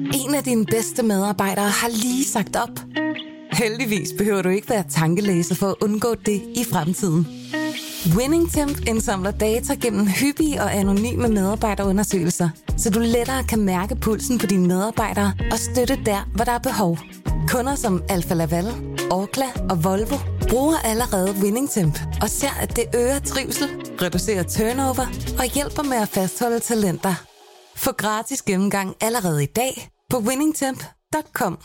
En af dine bedste medarbejdere har lige sagt op. Heldigvis behøver du ikke være tankelæser for at undgå det i fremtiden. WinningTemp indsamler data gennem hyppige og anonyme medarbejderundersøgelser, så du lettere kan mærke pulsen på dine medarbejdere og støtte der, hvor der er behov. Kunder som Alfa Laval, Orkla og Volvo bruger allerede WinningTemp og ser, at det øger trivsel, reducerer turnover og hjælper med at fastholde talenter. Få gratis gennemgang allerede i dag på winningtemp.com.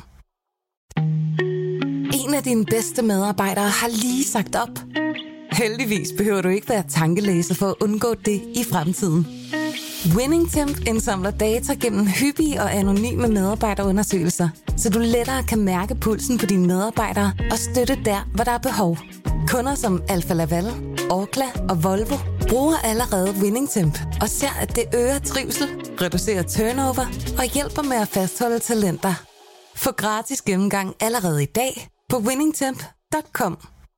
En af dine bedste medarbejdere har lige sagt op. Heldigvis behøver du ikke være tankelæser for at undgå det i fremtiden. WinningTemp indsamler data gennem hyppige og anonyme medarbejderundersøgelser, så du lettere kan mærke pulsen på dine medarbejdere og støtte der, hvor der er behov. Kunder som Alfa Laval, Orkla og Volvo bruger allerede WinningTemp og ser, at det øger trivsel, reducerer turnover og hjælper med at fastholde talenter. Få gratis gennemgang allerede i dag på winningtemp.com.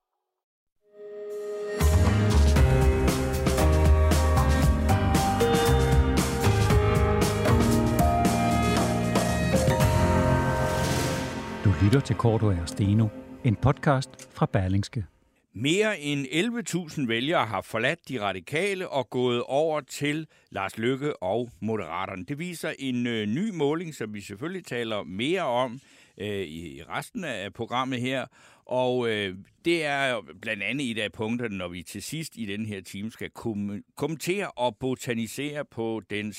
Du lytter til Cordua og Steno, en podcast fra Berlingske. Mere end 11.000 vælgere har forladt de radikale og gået over til Lars Løkke og Moderaterne. Det viser en ny måling, som vi selvfølgelig taler mere om i resten af programmet her. Og det er blandt andet et af punkterne, når vi til sidst i den her time skal kommentere og botanisere på det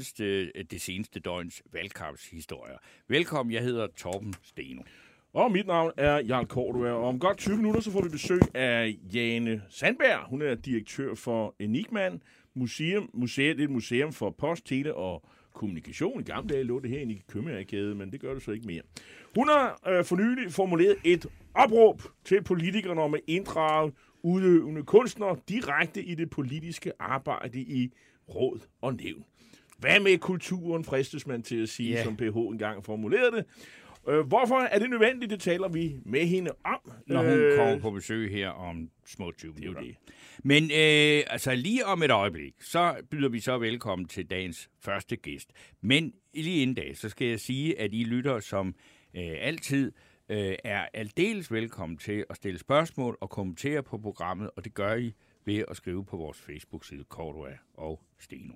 seneste døgns valgkampshistorier. Velkommen, jeg hedder Torben Steno. Og mit navn er Jarl Cordua, og om godt 20 minutter så får vi besøg af Jane Sandberg. Hun er direktør for Enigman Museum. Det er et museum for post, tele og kommunikation. I gamle dage lå det herinde i Købmagergade, men det gør det så ikke mere. Hun har for nylig formuleret et opråb til politikerne om at inddrage udøvende kunstnere direkte i det politiske arbejde i råd og nævn. Hvad med kulturen, fristes man til at sige, som PH engang formulerede det. Hvorfor er det nødvendigt? Det taler vi med hende om. Når hun kommer på besøg her om små 20 minutter. Det. Men altså lige om et øjeblik, så byder vi så velkommen til dagens første gæst. Men lige inden dag, så skal jeg sige, at I lytter som altid er aldeles velkommen til at stille spørgsmål og kommentere på programmet, og det gør I ved at skrive på vores Facebook-side Cordua og Steno.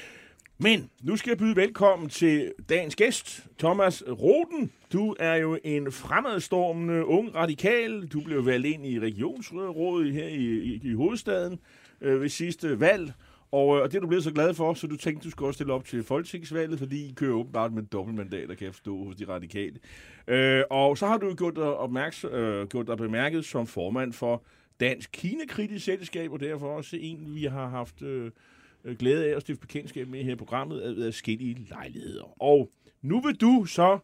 Men nu skal jeg byde velkommen til dagens gæst, Thomas Roden. Du er jo en fremadstormende ung radikal. Du blev valgt ind i regionsrådet her i hovedstaden ved sidste valg. Og det er du blevet så glad for, så du tænkte, du skulle også stille op til folketingsvalget, fordi I kører åbenbart med dobbeltmandater, kan jeg forstå, hos de radikale. Og så har du gjort dig bemærket som formand for Dansk Kina-kritisk Selskab, og derfor også en, vi har haft glæde af at stifte bekendtskab med her i programmet af forskellige lejligheder. Og nu vil du så,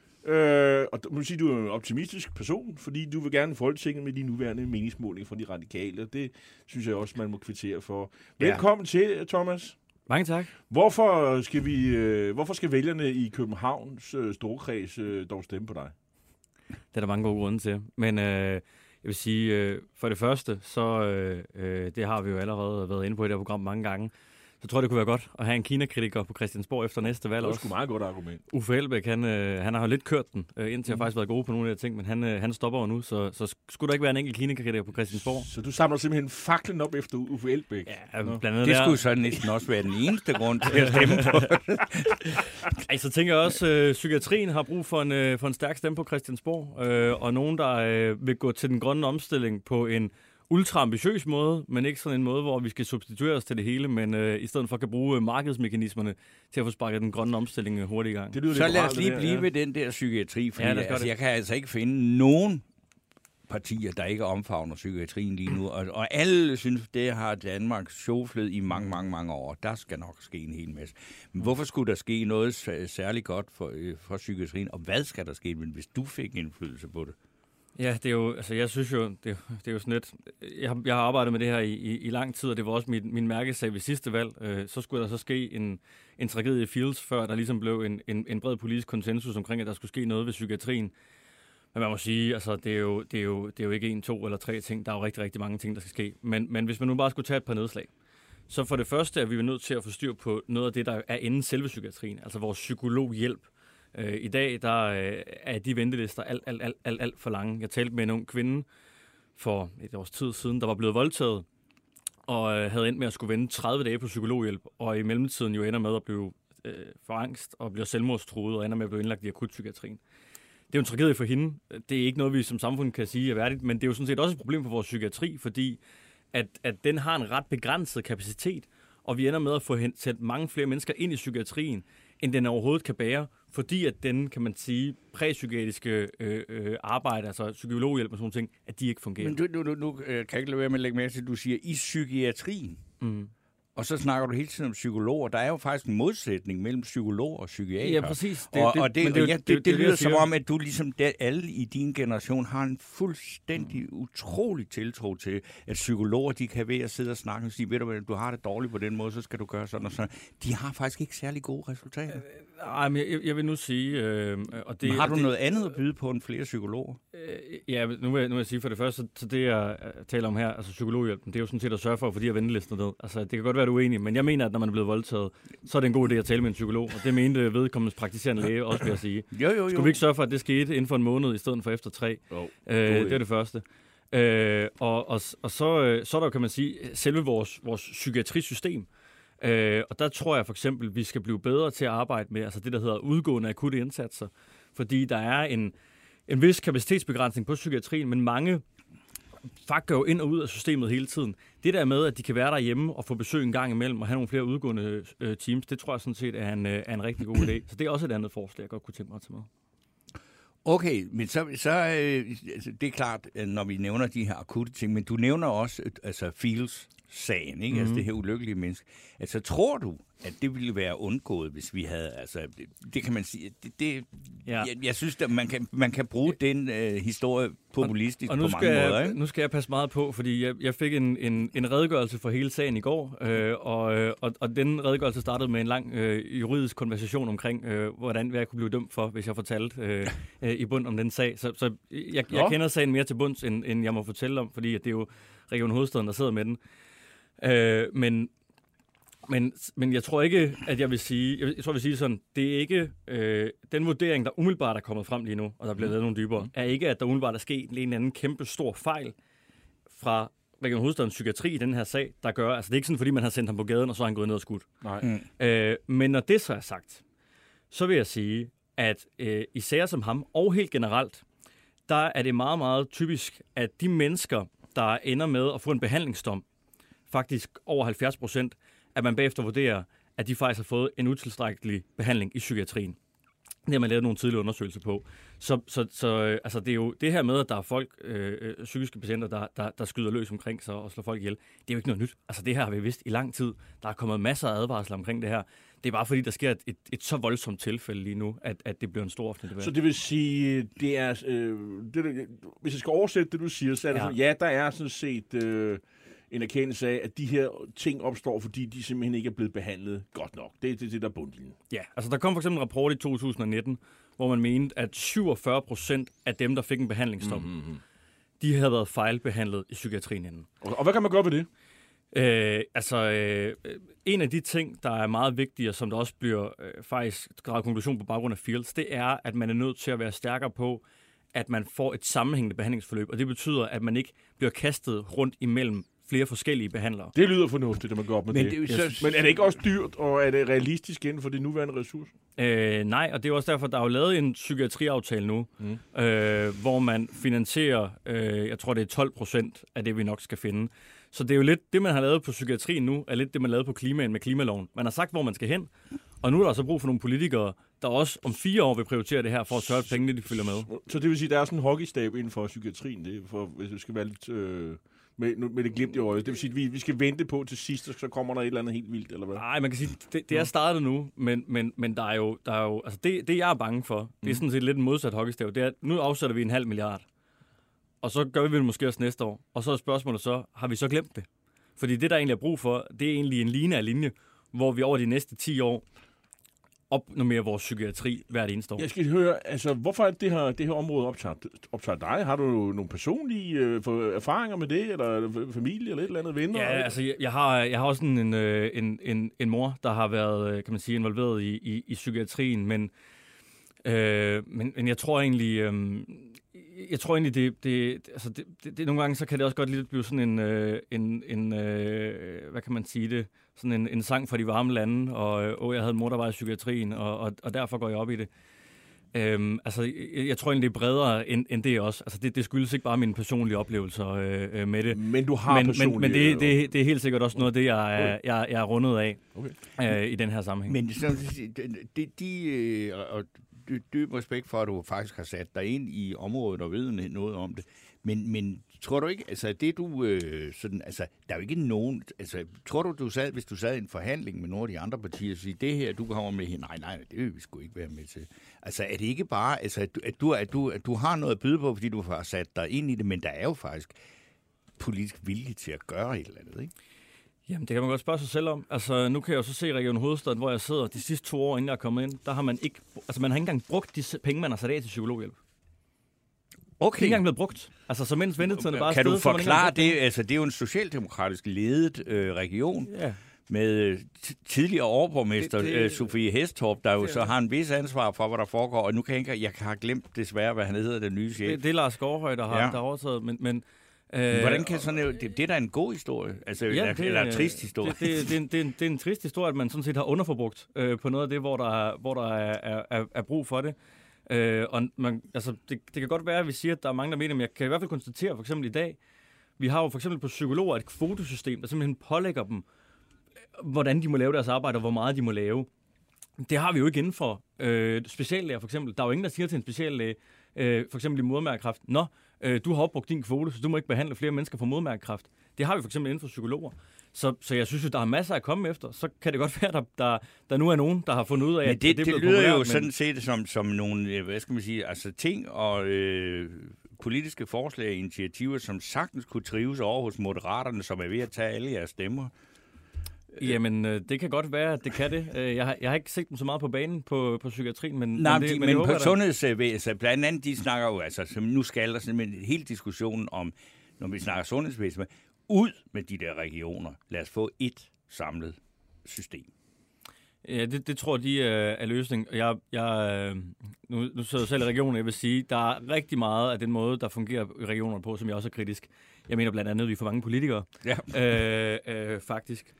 og du siger, du er en optimistisk person, fordi du vil gerne i Folketinget med de nuværende meningsmålinger fra de radikale, og det synes jeg også, man må kvittere for. Velkommen til, Thomas. Mange tak. Hvorfor skal vælgerne i Københavns storkreds dog stemme på dig? Det er der mange gode grunde til, men jeg vil sige, for det første, så det har vi jo allerede været inde på i det her program mange gange, så tror jeg, det kunne være godt at have en Kina-kritiker på Christiansborg efter næste valg. Det er sgu meget godt argument. Uffe Elbæk, han har jo lidt kørt den, indtil jeg faktisk været god på nogle af de ting, men han stopper jo nu, så skulle der ikke være en enkelt Kina-kritiker på Christiansborg. Så du samler simpelthen faklen op efter Uffe Elbæk? Ja, blandt andet det skulle så næsten også være den eneste grund til at stemme på. Så tænker jeg også, psykiatrien har brug for en stærk stemme på Christiansborg, og nogen, der vil gå til den grønne omstilling på en ultraambitiøs måde, men ikke sådan en måde, hvor vi skal substituere os til det hele, men i stedet for kan bruge markedsmekanismerne til at få sparket den grønne omstilling hurtigt i gang. Så lad os lige blive ved den der psykiatri, fordi jeg kan altså ikke finde nogen partier, der ikke omfavner psykiatrien lige nu, og alle synes, det har Danmark sjoflet i mange år. Der skal nok ske en hel masse. Men hvorfor skulle der ske noget særligt godt for psykiatrien, og hvad skal der ske, hvis du fik indflydelse på det? Ja, det er jo, altså jeg synes jo, det er jo sådan lidt, jeg har arbejdet med det her i lang tid, og det var også min mærkesag ved sidste valg. Så skulle der så ske en tragedie i Fields, før der ligesom blev en bred politisk konsensus omkring, at der skulle ske noget ved psykiatrien. Men man må sige, altså det er jo ikke 1, 2 eller 3 ting, der er jo rigtig, rigtig mange ting, der skal ske. Men hvis man nu bare skulle tage et par nedslag, så for det første er vi jo nødt til at få styr på noget af det, der er inden selve psykiatrien, altså vores psykologhjælp. I dag der er de ventelister alt for lange. Jeg talte med en ung kvinde for et års tid siden, der var blevet voldtaget, og havde endt med at skulle vente 30 dage på psykologhjælp, og i mellemtiden jo ender med at blive for angst, og bliver selvmordstruet, og ender med at blive indlagt i akutpsykiatrien. Det er jo en tragedie for hende. Det er ikke noget, vi som samfund kan sige er værdigt, men det er jo sådan set også et problem for vores psykiatri, fordi at den har en ret begrænset kapacitet, og vi ender med at få sendt mange flere mennesker ind i psykiatrien, end den overhovedet kan bære, fordi at den, kan man sige, præpsykiatriske arbejde, altså psykologhjælp og sådan ting, at de ikke fungerer. Men nu kan jeg ikke lade være med at lægge mærke til, at du siger, i psykiatrien. Mm. Og så snakker du hele tiden om psykologer. Der er jo faktisk en modsætning mellem psykologer og psykiater. Ja, præcis. Det lyder som om, at du ligesom alle i din generation har en fuldstændig utrolig tiltro til, at psykologer, de kan ved at sidde og snakke og sige, ved du hvad, du har det dårligt på den måde, så skal du gøre sådan og sådan. De har faktisk ikke særlig gode resultater. Nej, men jeg vil nu sige... og det, men har du noget andet at byde på end flere psykologer? Ja, nu vil jeg sige for det første, så det jeg taler om her, altså psykologhjælpen, det er jo sådan set at sørge for at få de her ventelister ned. Altså, det kan godt være, du er uenig, men jeg mener, at når man er blevet voldtaget, så er det en god idé at tale med en psykolog, og det mente vedkommendes praktiserende læge også ved at sige. Jo. Skulle vi ikke sørge for, at det skete inden for en måned, i stedet for efter 3? Det er det første. Og så er der jo, kan man sige, selve vores psykiatrisystem. Og der tror jeg for eksempel, vi skal blive bedre til at arbejde med altså det, der hedder udgående akutte indsatser. Fordi der er en vis kapacitetsbegrænsning på psykiatrien, men mange går jo ind og ud af systemet hele tiden. Det der med, at de kan være derhjemme og få besøg en gang imellem og have nogle flere udgående teams, det tror jeg sådan set er en rigtig god idé. Så det er også et andet forslag, jeg godt kunne tænke mig at tage med. Okay, men så det er klart, når vi nævner de her akutte ting, men du nævner også altså Fields-sagen, ikke? Altså det her ulykkelige menneske. Altså tror du, at det ville være undgået, hvis vi havde, altså det kan man sige, jeg synes, at man kan bruge den historie populistisk på mange måder, ikke? Nu skal jeg passe meget på, fordi jeg fik en redegørelse for hele sagen i går, og den redegørelse startede med en lang juridisk konversation omkring, hvad jeg kunne blive dømt for, hvis jeg fortalte i bund om den sag. Så jeg kender sagen mere til bunds, end jeg må fortælle om, fordi at det er jo Region Hovedstaden, der sidder med den. Men jeg tror ikke, at jeg vil sige... Jeg tror, jeg vil sige sådan, det er ikke... den vurdering, der umiddelbart er kommet frem lige nu, og der bliver lavet nogle dybere, er ikke, at der umiddelbart er sket en anden kæmpe stor fejl fra Region Hovedstadens psykiatri i den her sag, der gør... Altså, det er ikke sådan, fordi man har sendt ham på gaden, og så har han gået ned og skudt. Nej. Men når det så er sagt, så vil jeg sige, at i sager som ham, og helt generelt, der er det meget, meget typisk, at de mennesker, der ender med at få en behandlingsdom, faktisk over 70%, at man bagefter vurderer, at de faktisk har fået en utilstrækkelig behandling i psykiatrien. Det har man lavet nogle tidlige undersøgelser på. Så altså, det er jo det her med, at der er folk, psykiske patienter, der skyder løs omkring sig og slår folk ihjel. Det er jo ikke noget nyt. Altså, det her har vi vidst i lang tid. Der er kommet masser af advarsler omkring det her. Det er bare fordi, der sker et så voldsomt tilfælde lige nu, at det bliver en stor offentlig debat. Så det vil sige, det er, hvis jeg skal oversætte det, du siger, så er det sådan, der er sådan set... en erkendelse af, at de her ting opstår, fordi de simpelthen ikke er blevet behandlet godt nok. Det er det, der er bundlinjen. Ja, altså der kom for eksempel en rapport i 2019, hvor man mente, at 47% af dem, der fik en behandlingsdom, de havde været fejlbehandlet i psykiatrien inden. Og hvad kan man gøre ved det? En af de ting, der er meget vigtige, og som der også bliver faktisk draget konklusion på baggrund af Fields, det er, at man er nødt til at være stærkere på, at man får et sammenhængende behandlingsforløb, og det betyder, at man ikke bliver kastet rundt imellem flere forskellige behandlere. Det lyder fornuftigt, at man går op med det. Men er det ikke også dyrt, og er det realistisk inden for de nuværende ressourcer? Nej, og det er også derfor, der er jo lavet en psykiatriaftale nu, hvor man finansierer, jeg tror det er 12% af det, vi nok skal finde. Så det er jo lidt, det man har lavet på psykiatrien nu, er lidt det, man lavede på klimaen med klimaloven. Man har sagt, hvor man skal hen, og nu er der så brug for nogle politikere, der også om 4 år vil prioritere det her, for at sørge, at pengene de følger med. Så det vil sige, at der er sådan en hockeystab inden for psykiatrien, det er for, hvis det skal være lidt... Med det glimt i øjet. Det vil sige, at vi skal vente på til sidst, og så kommer der et eller andet helt vildt, eller hvad? Nej, man kan sige, det er startet nu, men der er jo altså det jeg er bange for, det er sådan set lidt en modsat hockeystav, det er, at nu afsætter vi 0,5 milliard, og så gør vi det måske også næste år, og så er spørgsmålet så, har vi så glemt det? Fordi det, der egentlig er brug for, det er egentlig en lineær linje, hvor vi over de næste 10 år opnormerer vores psykiatri hvert eneste år. Jeg skal høre, altså, hvorfor er det her område optager dig? Har du nogle personlige erfaringer med det, eller familie, eller et eller andet venner? Ja, altså, jeg har også en mor, der har været, kan man sige, involveret i psykiatrien, men Men jeg tror egentlig, det nogle gange så kan det også godt lidt blive sådan en hvad kan man sige det, sådan en sang fra de varme lande, og jeg havde en mor, der var i psykiatrien, og derfor går jeg op i det. Jeg tror egentlig, det er bredere end det også. Altså, det skyldes ikke bare mine personlige oplevelser med det. Men du har personlige... Men det er helt sikkert også noget af det, jeg er rundet af i den her sammenhæng. Men dyb respekt for, at du faktisk har sat dig ind i området og ved noget om det. Men tror du ikke, altså det du sådan, altså der er jo ikke nogen, altså tror du sad, hvis du sad i en forhandling med nogle af de andre partier, og sige, det her, du kommer med her, nej, det vil vi sgu ikke være med til. Altså er det ikke bare, altså at du har noget at byde på, fordi du har sat dig ind i det, men der er jo faktisk politisk vilje til at gøre et eller andet, ikke? Jamen, det kan man godt spørge sig selv om. Altså, nu kan jeg jo så se i Region Hovedstaden, hvor jeg sidder de sidste 2 år, inden jeg er kommet ind, der har man ikke, altså man har ikke engang brugt de penge, man har sat af til psykologhjælp. Okay. Det er ikke engang blevet brugt. Altså, så mens ventetiden er bare kan sted, du forklare det? Altså, det er jo en socialdemokratisk ledet region med tidligere overborgmester Sofie Hestorp, der jo så har en vis ansvar for, hvad der foregår. Og nu kan jeg har glemt desværre, hvad han hedder, den nye chef. Det er Lars Gårdhøj, der har overtaget, men hvordan kan sådan det er da en god historie, altså eller en trist historie. Det er en trist historie, at man sådan set har underforbrugt på noget af det, hvor der er brug for det. Og det kan godt være, at vi siger, at der er mange, der mener, men jeg kan i hvert fald konstatere, for eksempel i dag, vi har jo for eksempel på psykologer et kvotesystem, der simpelthen pålægger dem, hvordan de må lave deres arbejde, og hvor meget de må lave. Det har vi jo ikke inden for speciallæger, for eksempel. Der er jo ingen, der siger til en speciallæge, for eksempel i modermærkekræft, du har opbrugt din kvote, så du må ikke behandle flere mennesker for modermærkekræft. Det har vi for eksempel inden for psykologer. Så jeg synes jo, der er masser at komme efter. Så kan det godt være, der nu er nogen, der har fundet ud af, at det lyder populært, jo sådan set som nogle, hvad skal man sige, altså ting og politiske forslag og initiativer, som sagtens kunne trives over hos Moderaterne, som er ved at tage alle jeres stemmer. Jamen, det kan godt være, at det kan det. Jeg har ikke set dem så meget på banen på psykiatrien, men på sundhedsvæsenet, blandt andet, de snakker jo, altså, nu skal der simpelthen en hel diskussion om, når vi snakker sundhedsvæsenet, ud med de der regioner. Lad os få et samlet system. Ja, det tror de er løsning. Nu sidder jeg selv i regionen, jeg vil sige, der er rigtig meget af den måde, der fungerer i regionerne på, som jeg også er kritisk. Jeg mener blandt andet, at vi får mange politikere, faktisk.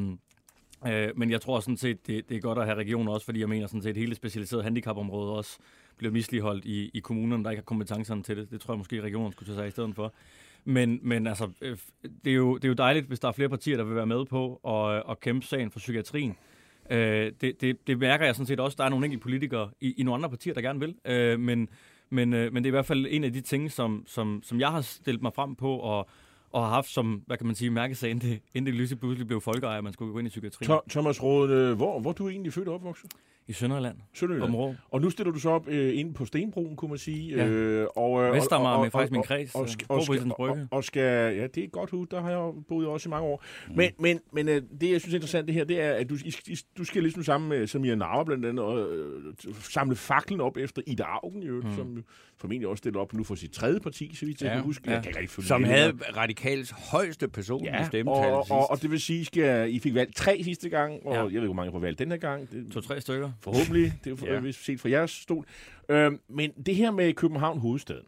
Men jeg tror sådan set, det er godt at have regioner også, fordi jeg mener sådan set, at hele det specialiserede handicapområde også bliver misligeholdt i kommunerne, der ikke har kompetencerne til det. Det tror jeg måske, regionerne skulle tage sig i stedet for. Men altså, det er jo dejligt, hvis der er flere partier, der vil være med på at kæmpe sagen for psykiatrien. Det mærker jeg sådan set også. Der er nogle enkelte politikere i nogle andre partier, der gerne vil. Men det er i hvert fald en af de ting, som jeg har stillet mig frem på og har haft som, hvad kan man sige, mærkesag, inden det pludselig blev folkeejer, at man skulle gå ind i psykiatrien. Thomas Rode, hvor du egentlig født og opvokset? I Sønderjylland. Og nu stiller du så op inde på Stenbroen, kunne man sige. Ja. Vestermager er faktisk min kreds. Og skal, ja, det er et godt hus, der har jeg boet også i mange år. Men det, jeg synes er interessant det her, det er, at du skal ligesom sammen med Samira Nawa blandt andet og samle faklen op efter Ida Auken, som formentlig også stiller op nu for sit 3. parti, så vidt jeg kan huske. Jeg kan ikke følge som havde Radikales højeste personlige stemmetal og det vil sige, at I fik valgt 3 sidste gang, og jeg ved ikke, hvor mange får valgt den her gang. 2-3 stykker. Forhåbentlig, det er set fra jeres stol. Men det her med København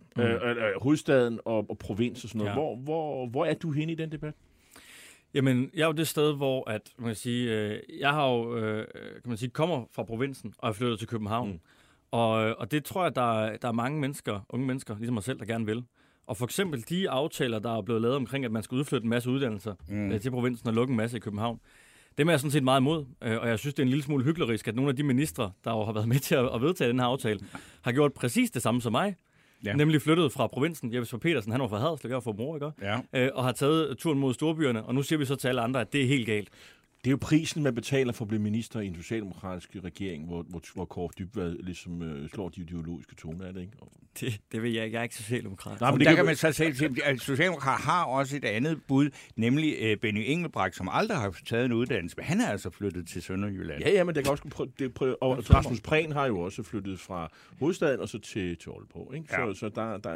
hovedstaden og provins og sådan noget, hvor er du henne i den debat? Jamen, jeg er jo det sted, hvor at, man kan sige, jeg har jo, kan man sige, kommer fra provinsen og er flyttet til København. Og det tror jeg, der er mange mennesker, unge mennesker, ligesom mig selv, der gerne vil. Og for eksempel de aftaler, der er blevet lavet omkring, at man skal udflytte en masse uddannelser til provinsen og lukke en masse i København, dem er jeg sådan set meget imod, og jeg synes, det er en lille smule hyklerisk, at nogle af de ministre, der jo har været med til at vedtage den her aftale, har gjort præcis det samme som mig. Ja. Nemlig flyttet fra provinsen. Jeppe Petersen, han var fra Haderslev, jeg var fra Mor, ikke? Ja. Og har taget turen mod storbyerne, og nu siger vi så til alle andre, at det er helt galt. Det er jo prisen, man betaler for at blive minister i en socialdemokratisk regering, hvor Kåre Dybvad ligesom slår de ideologiske toner af det, ikke? Det ved jeg ikke. Jeg er ikke socialdemokrat. Nej, men der kan man så sige, at socialdemokrat har også et andet bud, nemlig Benny Engelbrecht, som aldrig har taget en uddannelse, men han er altså flyttet til Sønderjylland. Ja, men det kan også prøve. Og Rasmus Prehn har jo også flyttet fra hovedstaden og så til Aalborg, ikke? Ja. Så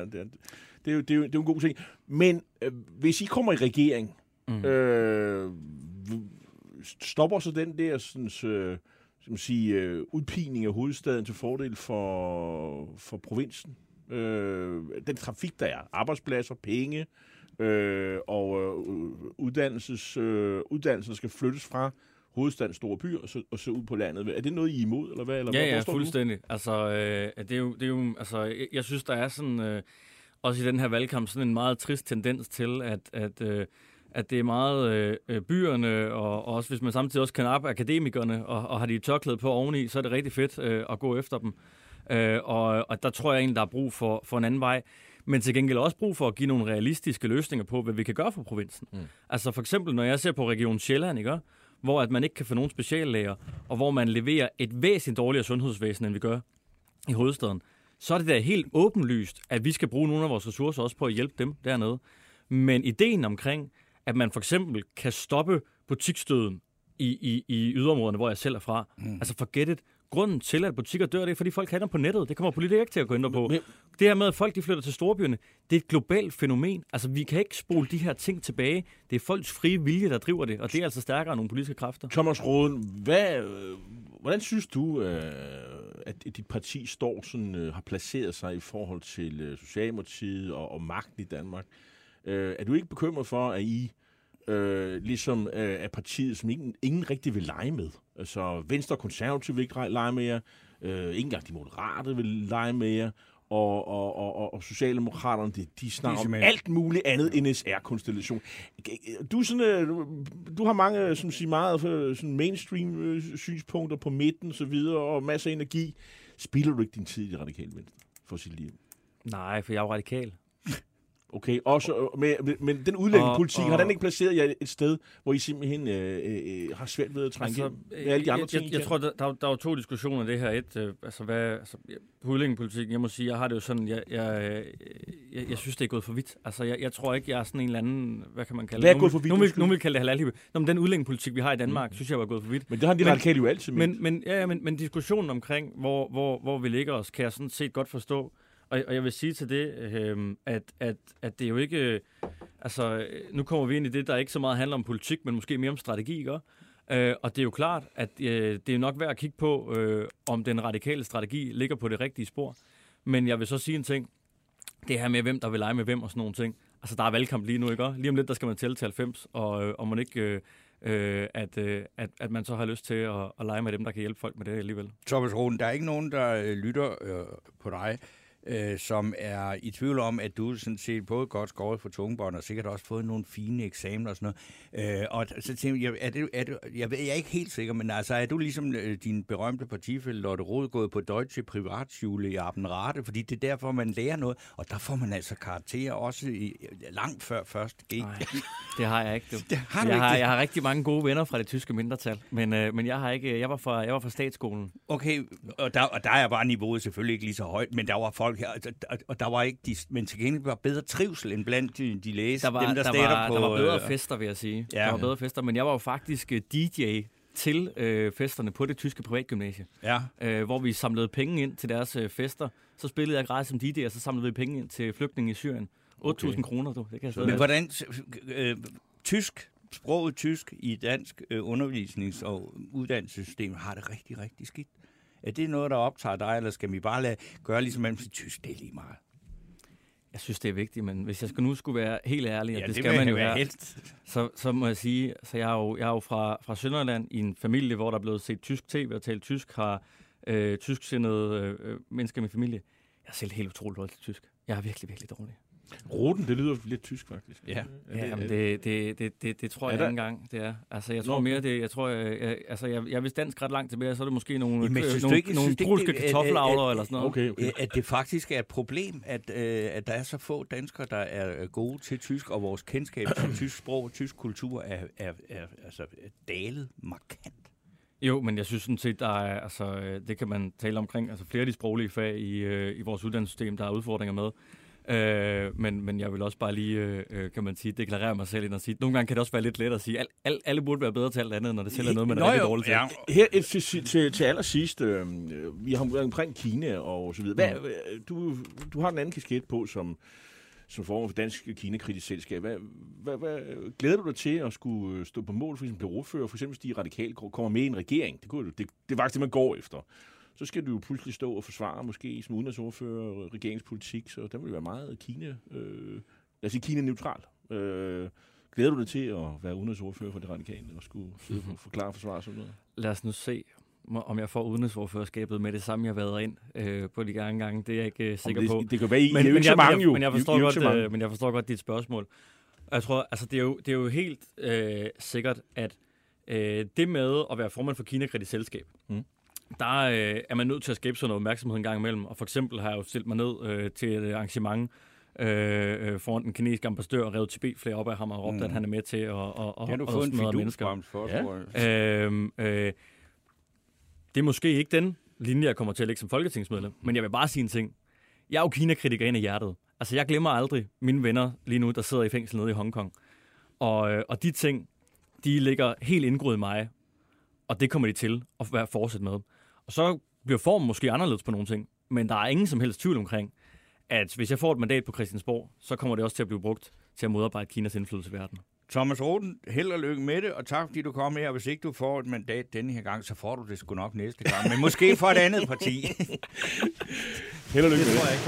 det er jo en god ting. Men hvis I kommer i regering, stopper så den der som sige, udpining af hovedstaden til fordel for provinsen. Den trafik, der er, arbejdspladser, penge og uddannelsen skal flyttes fra hovedstadens store byer og så ud på landet. Er det noget, I er imod, eller hvad? Eller ja, fuldstændig. Altså, det er jo, altså, jeg synes, der er sådan, også i den her valgkamp, sådan en meget trist tendens til, at det er meget byerne, og også hvis man samtidig også kan op akademikerne, og har de tørklæde på oveni, så er det rigtig fedt at gå efter dem. Og der tror jeg egentlig, der er brug for en anden vej. Men til gengæld også brug for at give nogle realistiske løsninger på, hvad vi kan gøre for provinsen. Altså for eksempel, når jeg ser på Region Sjælland, ikke? Hvor at man ikke kan få nogen speciallæger, og hvor man leverer et væsentligt dårligere sundhedsvæsen, end vi gør i hovedstaden, så er det da helt åbenlyst, at vi skal bruge nogle af vores ressourcer også på at hjælpe dem dernede. Men ideen omkring, at man for eksempel kan stoppe butiksdøden i yderområderne, hvor jeg selv er fra, altså forget it. Grunden til, at butikker dør, det er, fordi folk handler på nettet. Det kommer politikere ikke til at gå ind på. Det her med, at folk de flytter til storbyerne, det er et globalt fænomen. Altså, vi kan ikke spole de her ting tilbage. Det er folks frie vilje, der driver det, og det er altså stærkere end nogle politiske kræfter. Thomas Roden, hvordan synes du, at dit parti står sådan, har placeret sig i forhold til Socialdemokratiet og magten i Danmark? Er du ikke bekymret for, at I ligesom er partiet, som ingen rigtig vil lege med? Altså Venstre og Konservative vil ikke lege med jer, ikke engang de moderate vil lege med jer, og Socialdemokraterne, de snakker om alt muligt andet end SR-konstellation. Du har mange som siger, meget sådan mainstream synspunkter på midten så videre, og masser af energi. Spilder du ikke din tid i Radikale Venstre for sit liv? Nej, for jeg er jo radikal. Okay, også, men den udlændingepolitik, har den ikke placeret jer et sted, hvor I simpelthen har svært ved at trænge med alle de andre ting? Jeg tror, der er jo to diskussioner af det her. På udlændingepolitikken, jeg må sige, jeg har det jo sådan, jeg synes, det er gået for vidt. Altså, jeg tror ikke, jeg er sådan en eller anden, hvad kan man kalde det? Hvad er gået for vidt? Nogen vil kalde det halalhippe. Men den udlændingepolitik, vi har i Danmark, synes jeg var gået for vidt. Men det har de radikale jo altid med. Men diskussionen omkring, hvor vi ligger os, kan jeg sådan set godt forstå. Og jeg vil sige til det, at det er jo ikke... Altså, nu kommer vi ind i det, der ikke så meget handler om politik, men måske mere om strategi, ikke? Og det er jo klart, at det er nok værd at kigge på, om den radikale strategi ligger på det rigtige spor. Men jeg vil så sige en ting. Det her med, hvem der vil lege med hvem og sådan nogle ting. Altså, der er valgkamp lige nu, ikke? Lige om lidt, der skal man tælle til 90, og man ikke... at man så har lyst til at lege med dem, der kan hjælpe folk med det alligevel. Thomas Roden, der er ikke nogen, der lytter på dig, som er i tvivl om, at du sådan set både godt skåret for tungebånd og sikkert også fået nogle fine eksamener og sådan noget. Og så tænker jeg er ikke helt sikker, men altså er du ligesom din berømte partifælle Lotte Rod gået på Deutsche Privatschule i Abenrade, fordi det er derfor, man lærer noget, og der får man altså karakterer også langt før første G. Nej, det har jeg ikke. Jeg har rigtig mange gode venner fra det tyske mindretal, men jeg har ikke. Jeg var fra statsskolen. Okay, og der er bare niveauet selvfølgelig ikke lige så højt, men der var folk her, og der var ikke men til gengæld var bedre trivsel end blandt de læser. Der var bedre fester, vil jeg sige. Ja. Der var bedre fester, men jeg var jo faktisk DJ til festerne på det tyske privatgymnasie, hvor vi samlede penge ind til deres fester. Så spillede jeg gratis som DJ, og så samlede vi penge ind til flygtninge i Syrien. 8.000 kroner, du. Det kan jeg men hvordan sproget tysk i dansk undervisnings- og uddannelsessystem har det rigtig, rigtig skidt? Er det noget, der optager dig, eller skal vi bare gøre ligesom man siger, tysk, det er lige meget? Jeg synes, det er vigtigt, men hvis jeg skulle være helt ærlig, og det skal man jo være, så må jeg sige, så jeg er jo fra Sønderjylland i en familie, hvor der er blevet set tysk tv og talt tysk, har tysksindede mennesker i min familie. Jeg er selv helt utroligt dårlig til tysk. Jeg er virkelig, virkelig dårlig. Roden, det lyder lidt tysk, faktisk. Ja, men det tror jeg ikke engang, det er. Altså, jeg tror mere, jeg vidste dansk ret langt tilbage, så er det måske nogle polske kartoffelavler eller sådan noget. Okay. At det faktisk er et problem, at der er så få danskere, der er gode til tysk, og vores kendskab til tysk sprog og tysk kultur er dalet markant. Jo, men jeg synes sådan set, der er, det kan man tale omkring, altså flere af de sproglige fag i vores uddannelsessystem, der er udfordringer med. Men jeg vil også bare lige, kan man sige, deklarere mig selv ind og sige, nogle gange kan det også være lidt let at sige, alle burde være bedre til alt andet, når det selv er noget, man er rigtig dårligt til. Her til allersidst, vi har været omkring Kina og så videre. Du har en anden kasket på, som som form for dansk Kina-kritisk selskab. Hvad glæder du dig til at skulle stå på mål, for eksempel blive ordfører, for eksempel hvis de radikale kommer med i en regering? Det er faktisk det, man går efter. Så skal du jo pludselig stå og forsvare, måske som udenrigsordfører, regeringspolitik, så der vil være meget Kina-neutral. Glæder du dig til at være udenrigsordfører for det radikale, og skulle forklare og forsvare sådan noget? Lad os nu se, om jeg får udenrigsordførerskabet med det samme, jeg har været ind på de gange. Det er jeg ikke sikker på. Det kan være, I er jo ikke så mange jo. Men jeg forstår godt dit spørgsmål. Jeg tror, altså det er jo helt sikkert, at det med at være formand for Kina-kritisk selskab, der er man nødt til at skabe sådan noget opmærksomhed en gang imellem. Og for eksempel har jeg jo stillet mig ned til et arrangement foran den kinesiske ambassadør og revet Tibet-flag op af ham og råbt, at han er med til at kan du få en fidusbrems for? Det er måske ikke den linje, jeg kommer til at lægge som folketingsmedlem, men jeg vil bare sige en ting. Jeg er jo Kina-kritiker ind i hjertet. Altså, jeg glemmer aldrig mine venner lige nu, der sidder i fængsel nede i Hongkong. Og de ting, de ligger helt indgroet i mig, og det kommer de til at fortsætte med. Og så bliver formen måske anderledes på nogle ting, men der er ingen som helst tvivl omkring, at hvis jeg får et mandat på Christiansborg, så kommer det også til at blive brugt til at modarbejde Kinas indflydelse i verden. Thomas Roden, held og lykke med det, og tak fordi du kom her. Hvis ikke du får et mandat denne her gang, så får du det sgu nok næste gang. Men måske for et andet parti. Held og lykke med det. Tror jeg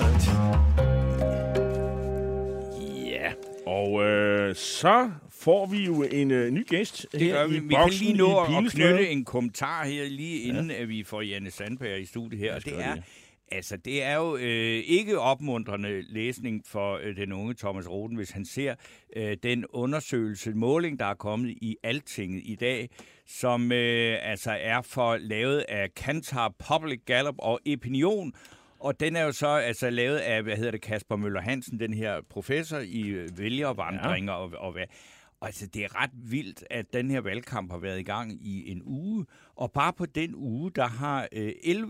ikke. Ja, og så får vi jo en ny gæst. Det gør vi. Vi kan lige nå at knytte en kommentar her, lige inden at vi får Janne Sandberg i studiet her. Og det er jo ikke opmuntrende læsning for den unge Thomas Roden, hvis han ser den måling, der er kommet i Altinget i dag, som er lavet af Kantar, Public Gallup og Opinion. Og den er jo så lavet af, Kasper Møller Hansen, den her professor i vælgervandringer og hvad. Altså, det er ret vildt, at den her valgkamp har været i gang i en uge, og bare på den uge, der har 11.210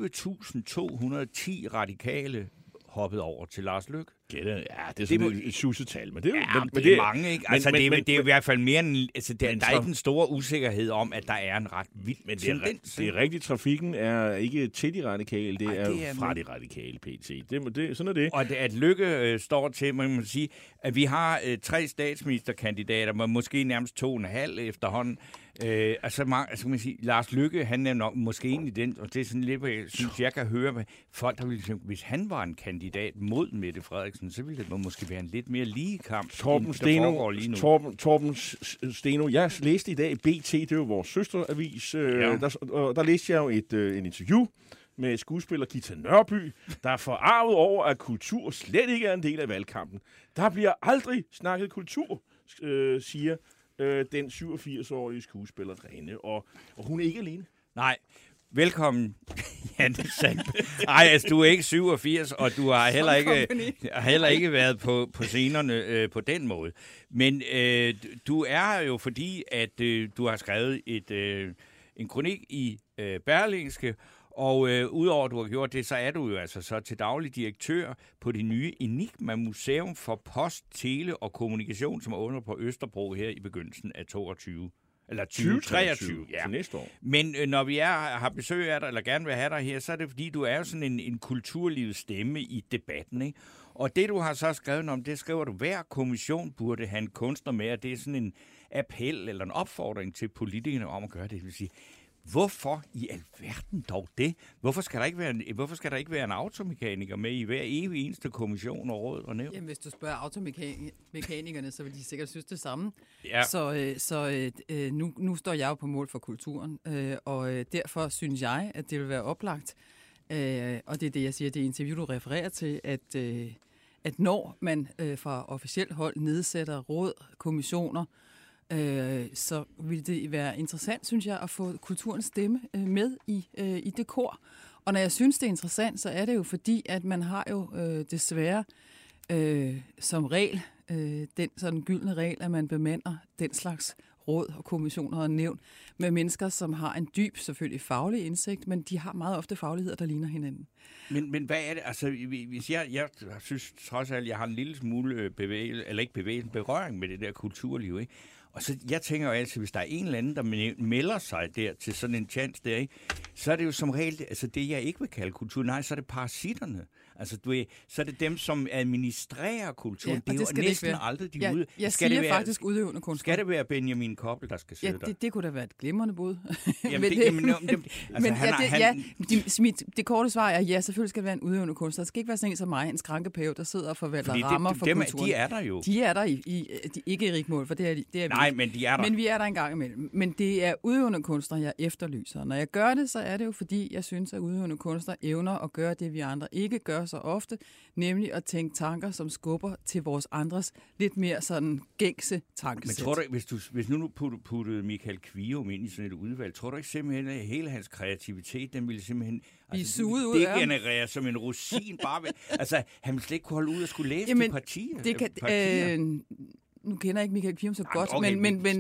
radikale hoppet over til Lars Løkke. Ja, det er sådan et sussetal, men det er jo... det er mange, ikke? Altså, det er i hvert fald mere end... Altså, der er ikke en stor usikkerhed om, at der er en ret vild tendens. Det er rigtigt, trafikken er ikke til de radikale, det er fra de radikale pt. Sådan er det. Og at Løkke står til, man må sige, at vi har 3 statsministerkandidater, men måske nærmest 2,5 efterhånden. Man sige, Lars Løkke, han er nok måske egentlig den, og det er sådan lidt, jeg synes, jeg kan høre, folk der ville, hvis han var en kandidat mod Mette Frederiksen, så ville det måske være en lidt mere lige kamp. Torben Steno, jeg læste i dag i BT, det er jo vores søsteravis, der læste jeg jo en interview med skuespiller Gita Nørby, der er forarvet over, at kultur slet ikke er en del af valgkampen. Der bliver aldrig snakket kultur, siger den 87-årige skuespiller derinde, og hun er ikke alene. Nej. Velkommen, Janne Sandberg. Nej, altså, du er ikke 87, og du har heller ikke været på scenerne på den måde. Men du er jo fordi, at du har skrevet en kronik i Berlingske, og udover at du har gjort det, så er du jo altså så til daglig direktør på det nye Enigma Museum for Post, Tele og Kommunikation, som er under på Østerbro her i begyndelsen af 2023. Ja. Næste år. Men når vi har besøg af dig, eller gerne vil have dig her, så er det fordi, du er jo sådan en kulturlivets stemme i debatten, ikke? Og det, du har så skrevet om, det skriver du, hver kommission burde have en kunstner med, og det er sådan en appel eller en opfordring til politikerne om at gøre det. Det vil sige, hvorfor i alverden dog det? Hvorfor skal der ikke være en automekaniker med i hver evig eneste kommission og råd og nævn? Jamen, hvis du spørger automekanikerne, så vil de sikkert synes det samme. Ja. Nu står jeg jo på mål for kulturen, og derfor synes jeg, at det vil være oplagt, og det er det, jeg siger, det interview, du refererer til, at når man fra officielt hold nedsætter råd, kommissioner, så vil det være interessant, synes jeg, at få kulturens stemme med i det kor. Og når jeg synes, det er interessant, så er det jo fordi, at man har jo desværre som regel, den sådan gyldne regel, at man bemander den slags råd og kommissioner og nævn med mennesker, som har en dyb, selvfølgelig faglig indsigt, men de har meget ofte fagligheder, der ligner hinanden. Men hvad er det? Altså, hvis jeg synes trods alt, jeg har en lille smule berøring med det der kulturliv, ikke? Og så, jeg tænker jo altid, hvis der er en eller anden, der melder sig der til sådan en chance der, ikke, så er det jo som regel, altså det jeg ikke vil kalde kultur, nej, så er det parasitterne. Altså, så er det dem, som administrerer kulturen. Ja, det er jo næsten aldrig de ude. Jeg siger faktisk udøvende kunstner. Skal det være Benjamin Koppel, der skal sidde der? Det kunne da være et glimrende bud. Det korte svar er, ja, selvfølgelig skal det være en udøvende kunstner. Det skal ikke være sådan en som mig, en skrankepæve, der sidder og forvalter rammer for kulturen. De er der jo. De er der ikke i Rigmål, for det er vi. Nej, men de er der. Men vi er der en gang imellem. Men det er udøvende kunstner, jeg efterlyser. Når jeg gør det, så er det jo, fordi jeg synes, at udøvende kunstner evner at gøre det, vi andre ikke gør så ofte, nemlig at tænke tanker, som skubber til vores andres lidt mere sådan gængse tankesæt. Men tror du, hvis nu puttede Michael Kvium ind i sådan et udvalg, tror du ikke simpelthen, at hele hans kreativitet, den ville simpelthen degenerere som en rosin bare ved, altså, han ville slet ikke kunne holde ud og skulle læse de partier. Nu kender jeg ikke Michael Kvium så godt, okay,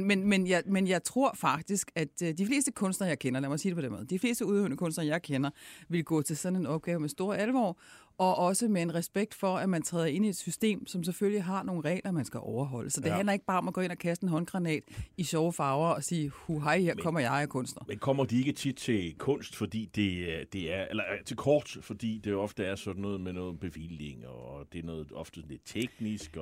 men jeg tror faktisk, at de fleste kunstnere, jeg kender, lad mig sige det på den måde, de fleste udøvende kunstnere, jeg kender, vil gå til sådan en opgave med stor alvor, og også med en respekt for, at man træder ind i et system, som selvfølgelig har nogle regler, man skal overholde. Så det handler ikke bare om at gå ind og kaste en håndgranat i sjove farver og sige, hej, her kommer jeg er kunstner. Men kommer de ikke tit til kunst, fordi det er, eller til kort, fordi det ofte er sådan noget med noget bevilling, og det er noget ofte lidt teknisk,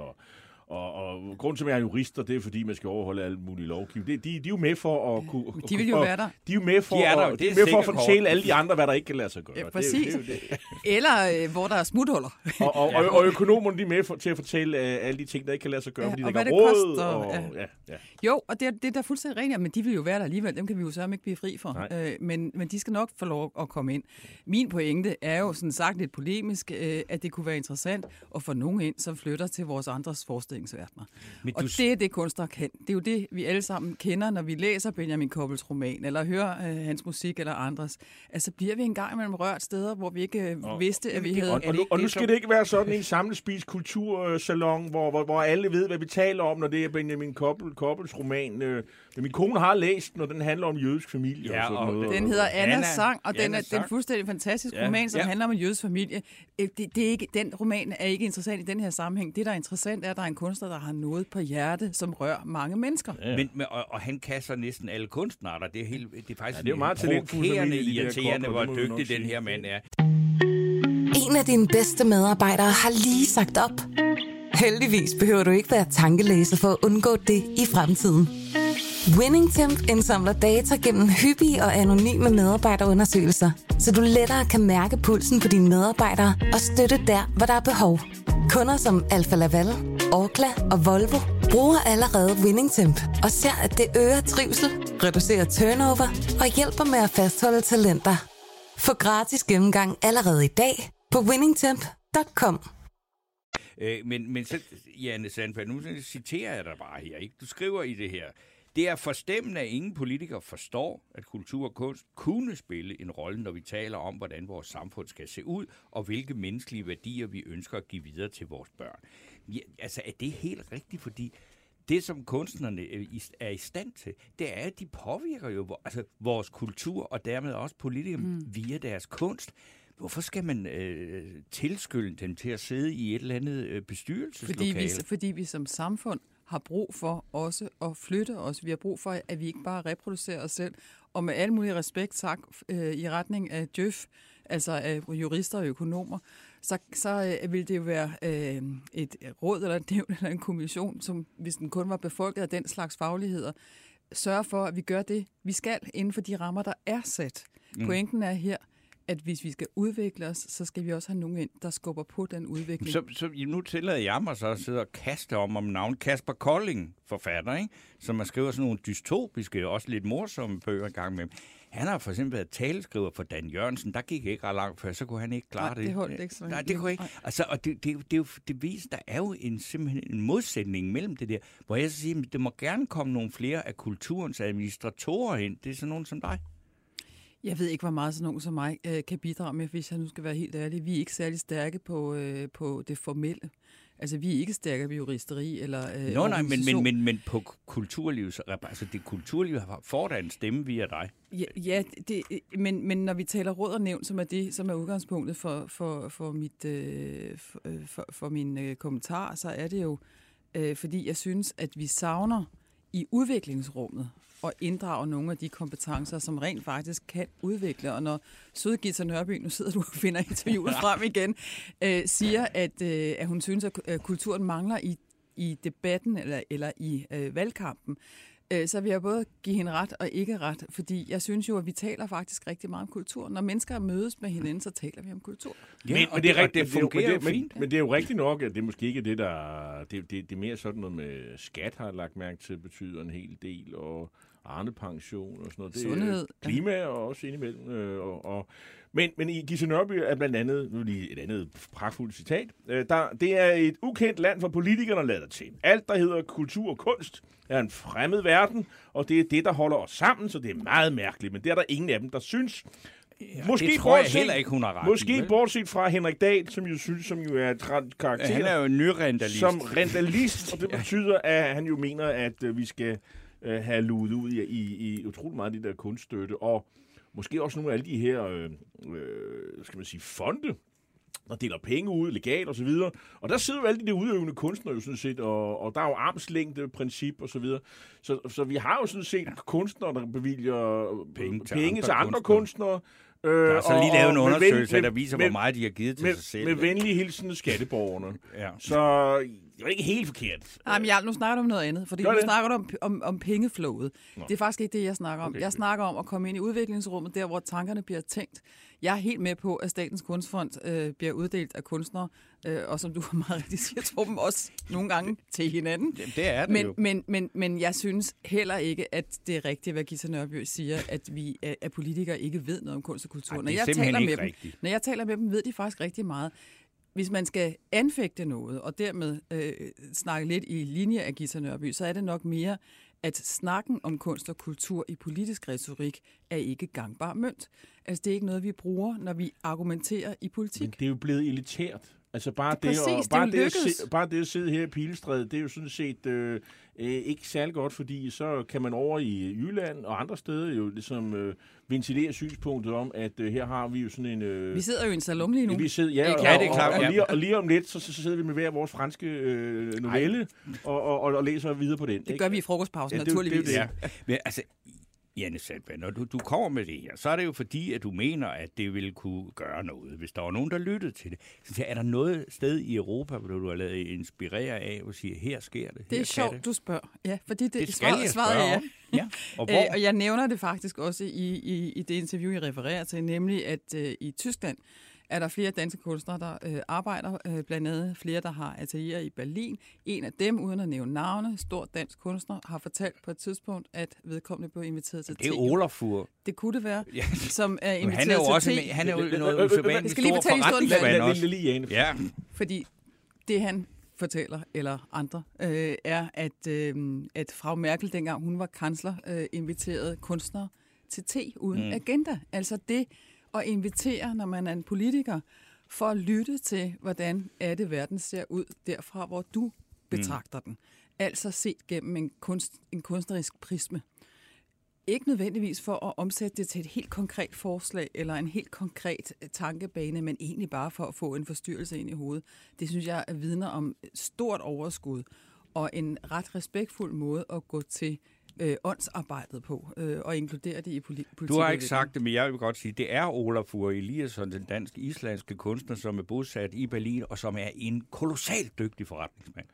og grunden til, at jeg er jurister, det er, fordi man skal overholde alle mulige lovgivning. De er jo med for at kunne... De vil jo være der. De er jo med for at fortælle alle de andre, hvad der ikke kan lade sig gøre. Ja, præcis. Det. Eller hvor der er smuthuller. Og økonomerne, de er med til at fortælle alle de ting, der ikke kan lade sig gøre, fordi og der hvad går det råd. koster. Jo, og det er da fuldstændig rigtigt, men de vil jo være der alligevel. Dem kan vi jo så ikke blive fri for. Men de skal nok få lov at komme ind. Min pointe er jo sådan sagt lidt polemisk, at det kunne være interessant at få nogen ind, som flytter til vores andres forestillingsverdener. Og det er det, kunstner kan. Det er jo det, vi alle sammen kender, når vi læser Benjamin Koppels roman, eller hører hans musik eller andres. Altså bliver vi en gang imellem rørt steder, hvor vi ikke vidste, at vi havde... Og nu skal det ikke være sådan en samlespist kultursalon, hvor alle ved, hvad vi taler om, når det er Benjamin Koppels roman. Min kone har læst, når den handler om jødisk familie. Ja, og sådan noget. Den hedder Annas sang, og den er fuldstændig fantastisk roman, som handler om en jødisk familie. Det er ikke, den roman er ikke interessant i den her sammenhæng. Det, der er interessant, er, at der er en kunstner, der har noget på hjerte, som rører mange mennesker. Ja. Og han kasser næsten alle kunstnere. Det er faktisk det er meget provokerende irriterende, hvor dygtig den her mand er. En af dine bedste medarbejdere har lige sagt op. Heldigvis behøver du ikke være tankelæser for at undgå det i fremtiden. WinningTemp indsamler data gennem hyppige og anonyme medarbejderundersøgelser, så du lettere kan mærke pulsen på dine medarbejdere og støtte der, hvor der er behov. Kunder som Alfa Laval, Orkla og Volvo bruger allerede WinningTemp og ser, at det øger trivsel, reducerer turnover og hjælper med at fastholde talenter. Få gratis gennemgang allerede i dag på winningtemp.com. Men så, Janne Sandberg, nu citerer jeg dig bare her, ikke? Du skriver i det her: det er forstemmende, at ingen politikere forstår, at kultur og kunst kunne spille en rolle, når vi taler om, hvordan vores samfund skal se ud, og hvilke menneskelige værdier vi ønsker at give videre til vores børn. Ja, altså, er det helt rigtigt? Fordi det, som kunstnerne er i stand til, det er, at de påvirker jo vores kultur, og dermed også politikere via deres kunst. Hvorfor skal man tilskynde dem til at sidde i et eller andet bestyrelseslokale? Fordi vi som samfund har brug for også at flytte os. Vi har brug for, at vi ikke bare reproducerer os selv. Og med al mulig respekt sagt i retning af Djøf, altså af jurister og økonomer, så vil det jo være et råd eller et nævn eller en kommission, som hvis den kun var befolket af den slags fagligheder, sørge for, at vi gør det, vi skal inden for de rammer, der er sat. Pointen er her, at hvis vi skal udvikle os, så skal vi også have nogen ind, der skubber på den udvikling. Så nu tillader jeg mig så at sidde og kaste om navn Kasper Kolding, forfatter, ikke? Som man skriver sådan nogle dystopiske, også lidt morsomme bøger en gang med. Han har for eksempel været taleskriver for Dan Jørgensen. Der gik ikke ret langt før, så kunne han ikke klare det. Det holdt ikke så. Nej, det kunne ikke. Altså, og det viser, der er jo simpelthen en modsætning mellem det der, hvor jeg så siger, at det må gerne komme nogle flere af kulturens administratorer ind. Det er sådan nogen som dig. Jeg ved ikke, hvor meget sådan nogen som mig kan bidrage med, hvis jeg nu skal være helt ærlig. Vi er ikke særlig stærke på det formelle. Altså, vi er ikke stærke på juristeri eller men på kulturlivet, altså det kulturliv får da en stemme via dig. Ja, men når vi taler råd og nævn, som er det, som er udgangspunktet for min kommentar, så er det jo, fordi jeg synes, at vi savner i udviklingsrummet og inddrage nogle af de kompetencer, som rent faktisk kan udvikle. Og når søde Githa Nørby, nu sidder du og finder interviewet frem igen, siger, at hun synes, at kulturen mangler i debatten eller i valgkampen, så vil jeg både give hende ret og ikke ret, fordi jeg synes jo, at vi taler faktisk rigtig meget om kultur. Når mennesker mødes med hinanden, så taler vi om kultur. Ja, men det fungerer fint. Men det er jo rigtigt nok, at det måske ikke er det, der... Det er mere sådan noget med skat, har jeg lagt mærke til, betyder en hel del, og Arne-pension og sådan noget. Det Sundhed. Klima og også indimellem. Men i Githa Nørby er blandt andet, nu lige et andet pragtfuldt citat, det er et ukendt land for politikerne lader til. Alt, der hedder kultur og kunst, er en fremmed verden, og det er det, der holder os sammen, så det er meget mærkeligt. Men det er der ingen af dem, der synes. Ja, måske det tror jeg heller ikke, hun har ret. Måske bortset fra Henrik Dahl, som jo er et karakter. Han er jo en ny randalist. Som randalist, og det betyder, at han jo mener, at vi skal have luet ud i utroligt meget af de der kunststøtte, og måske også nogle af alle de her, skal man sige, fonde, der deler penge ud legalt og så videre. Og der sidder jo alle de der udøvende kunstnere jo sådan set, og der er jo armslængde princip og så videre. Så vi har jo sådan set kunstnere, der bevilger penge til andre kunstnere. Der er så lige lavet en undersøgelse, der viser, hvor meget de har givet til sig selv. Med venlige hilsen skatteborgerne. Ja. Så det er ikke helt forkert. Nej, men nu snakker du om noget andet, fordi nu snakker du om pengeflowet. Det er faktisk ikke det, jeg snakker om. Okay. Jeg snakker om at komme ind i udviklingsrummet, der hvor tankerne bliver tænkt. Jeg er helt med på, at Statens Kunstfond bliver uddelt af kunstnere, og som du meget rigtig siger, tror dem også nogle gange til hinanden. Det er det jo. Men jeg synes heller ikke, at det er rigtigt, hvad Githa Nørby siger, at vi at politikere ikke ved noget om kunst og kultur. Ej, når jeg taler med dem, ved de faktisk rigtig meget. Hvis man skal anfægte noget, og dermed snakke lidt i linje af Githa Nørby, så er det nok mere, at snakken om kunst og kultur i politisk retorik er ikke gangbar mønt. Altså, det er ikke noget, vi bruger, når vi argumenterer i politik. Men det er jo blevet elitært. Altså bare det at sidde her i Pilestræde, det er jo sådan set ikke særlig godt, fordi så kan man over i Jylland og andre steder jo ligesom ventilere synspunktet om, at her har vi jo sådan en... vi sidder jo i en salon lige nu. Vi sidder, ja, det er klart. Og lige om lidt, så sidder vi med hver vores franske novelle og læser videre på den. Det gør vi i frokostpausen, naturligvis. Ja. Men altså, Janne Sandberg, når du kommer med det her, så er det jo fordi, at du mener, at det ville kunne gøre noget, hvis der var nogen, der lyttede til det. Så er der noget sted i Europa, hvor du har ladet inspirere af og siger, her sker det? Det er sjovt, du spørger. Ja, fordi det skal jeg spørge om. Ja. Og jeg nævner det faktisk også i det interview, jeg refererer til, nemlig at i Tyskland er der flere danske kunstnere, der arbejder, blandt andet flere, der har atelier i Berlin. En af dem, uden at nævne navne, stor dansk kunstner, har fortalt på et tidspunkt, at vedkommende blev inviteret til Det er Olafur. Det kunne det være, som er inviteret han er jo til også han er jo noget usædvanligt stor forretningsmand også. Ja. Fordi det han fortæller, eller andre, er, at Frau Merkel, dengang hun var kansler, inviterede kunstnere til te uden agenda. Altså det at invitere, når man er en politiker, for at lytte til, hvordan er det, verden ser ud derfra, hvor du betragter den. Altså set gennem en kunstnerisk prisme. Ikke nødvendigvis for at omsætte det til et helt konkret forslag, eller en helt konkret tankebane, men egentlig bare for at få en forstyrrelse ind i hovedet. Det synes jeg vidner om stort overskud, og en ret respektfuld måde at gå til åndsarbejdet på, og inkludere det i politik. Du har ikke sagt det, men jeg vil godt sige, det er Olafur Eliasson, den dansk-islandske kunstner, som er bosat i Berlin, og som er en kolossalt dygtig forretningsmand.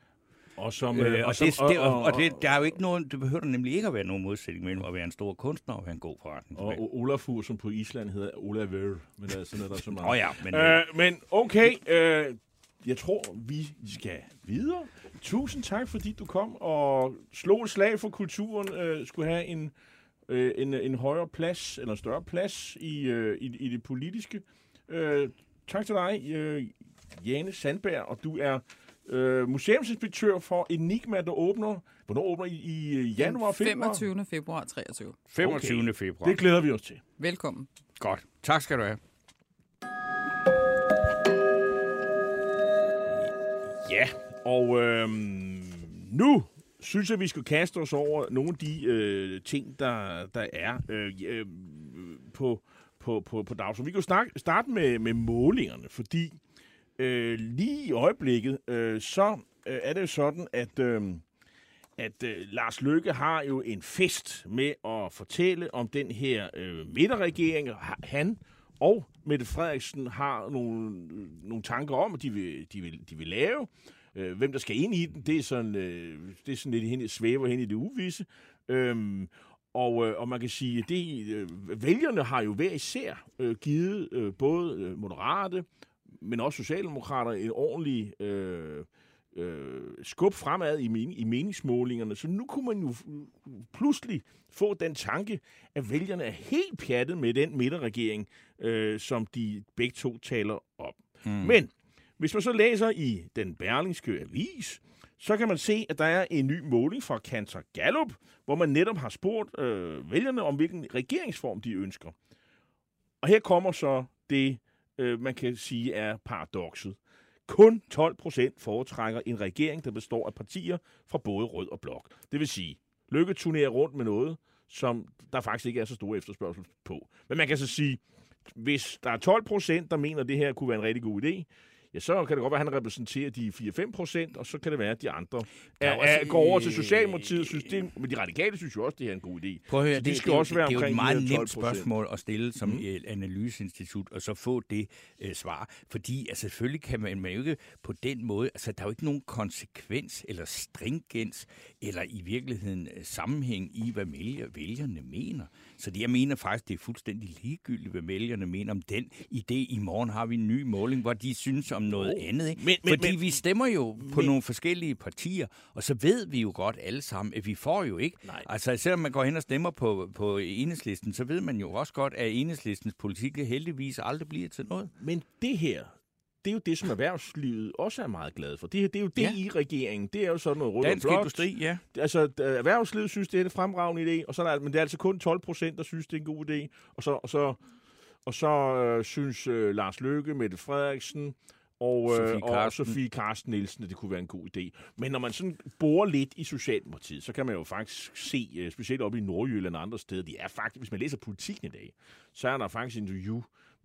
Der er jo ikke nogen, det behøver nemlig ikke at være nogen modsætning mellem at være en stor kunstner og være en god forretningsmand. Og Olafur, som på Island hedder Olavur, men der er sådan noget, der så meget. Men okay, jeg tror, vi skal videre. Tusind tak, fordi du kom og slog et slag for kulturen, skulle have en højere plads, eller en større plads i det politiske. Tak til dig, Janne Sandberg, og du er museumsinspektør for Enigma, der åbner. Hvornår åbner i januar, februar? 25. februar 23. 25. februar. Det glæder vi os til. Velkommen. Godt. Tak skal du have. Ja, og nu synes jeg, vi skal kaste os over nogle af de ting, der er på dagsordenen. Vi kan jo starte med målingerne, fordi lige i øjeblikket, så er det jo sådan, at Lars Løkke har jo en fest med at fortælle om den her midterregering. Han og Mette Frederiksen har nogle tanker om, at de vil lave. Hvem der skal ind i den, det er sådan lidt svæver hen i det uvisse. Og man kan sige, at vælgerne har jo hver især givet både moderate, men også socialdemokrater en ordentlig skub fremad i meningsmålingerne. Så nu kunne man jo pludselig få den tanke, at vælgerne er helt pjattet med den midterregering, som de begge to taler om. Men hvis man så læser i den Berlingske Avis, så kan man se, at der er en ny måling fra Cantor Gallup, hvor man netop har spurgt vælgerne om, hvilken regeringsform de ønsker. Og her kommer så det, man kan sige er paradokset. Kun 12% foretrækker en regering, der består af partier fra både rød og blok. Det vil sige, Løkke turnerer rundt med noget, som der faktisk ikke er så stor efterspørgsel på. Men man kan så sige, hvis der er 12%, der mener, at det her kunne være en rigtig god idé, ja, så kan det godt være, at han repræsenterer de 4-5%, og så kan det være, at de andre går over til Socialdemokratiet, synes det, men de radikale synes jo også, det er en god idé. Prøv at høre, det skal også være det er jo et meget nemt 12%. spørgsmål at stille som et analyseinstitut, og så få det svar. Fordi altså, selvfølgelig kan man jo ikke på den måde, altså der er jo ikke nogen konsekvens eller stringens, eller i virkeligheden sammenhæng i, hvad vælgerne mener. Så det, jeg mener faktisk, det er fuldstændig ligegyldigt, hvad vælgerne mener om den idé. I morgen har vi en ny måling, hvor de synes om noget andet. Ikke? Fordi vi stemmer jo på nogle forskellige partier, og så ved vi jo godt alle sammen, at vi får jo ikke. Nej. Altså selvom man går hen og stemmer på Enhedslisten, så ved man jo også godt, at Enhedslistens politik heldigvis aldrig bliver til noget. Men det her, det er jo det, som erhvervslivet også er meget glad for. Det er jo det i regeringen. Det er jo sådan noget rød og blåt. Dansk industri, ja. Altså, erhvervslivet synes, det er en fremragende idé, og så er der, men det er altså kun 12%, der synes, det er en god idé. Og så synes Lars Løkke, Mette Frederiksen og Sofie Carsten Nielsen, at det kunne være en god idé. Men når man sådan borer lidt i Socialdemokratiet, så kan man jo faktisk se, specielt oppe i Nordjylland og andre steder, de er faktisk, hvis man læser Politikken i dag, så er der faktisk interview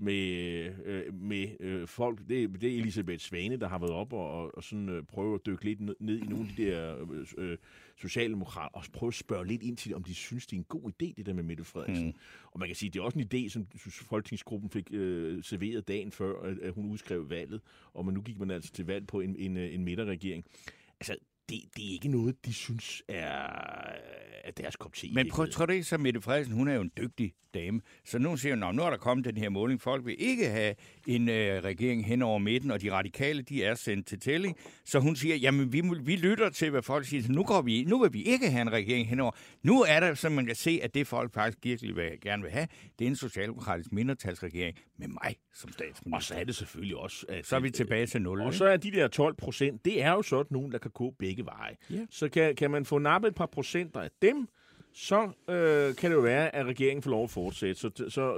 med folk. Det er Elisabeth Svane, der har været op og sådan prøve at dykke lidt ned i nogle af de der socialdemokrater, og prøve at spørge lidt ind til, om de synes, det er en god idé, det der med Mette Frederiksen. Og man kan sige, det er også en idé, som Folketingsgruppen fik serveret dagen før, at hun udskrev valget, og nu gik man altså til valg på en midterregering. Altså, det er ikke noget, de synes er deres kop te. Men tror du ikke, så Mette Frederiksen, hun er jo en dygtig dame. Så nu siger hun, nu er der kommet den her måling. Folk vil ikke have en regering hen over midten, og de radikale, de er sendt til tælling. Så hun siger, jamen vi lytter til, hvad folk siger. Så nu vil vi ikke have en regering henover. Nu er der, så man kan se, at det folk faktisk virkelig gerne vil have, det er en socialdemokratisk mindretalsregering med mig som statsminister. Og så er det selvfølgelig også... Så er vi tilbage til 0. Og så er de der 12%, det er jo sådan nogen, der kan gå begge veje. Yeah. Så kan man få nappet et par procenter af dem, så kan det jo være, at regeringen får lov at fortsætte.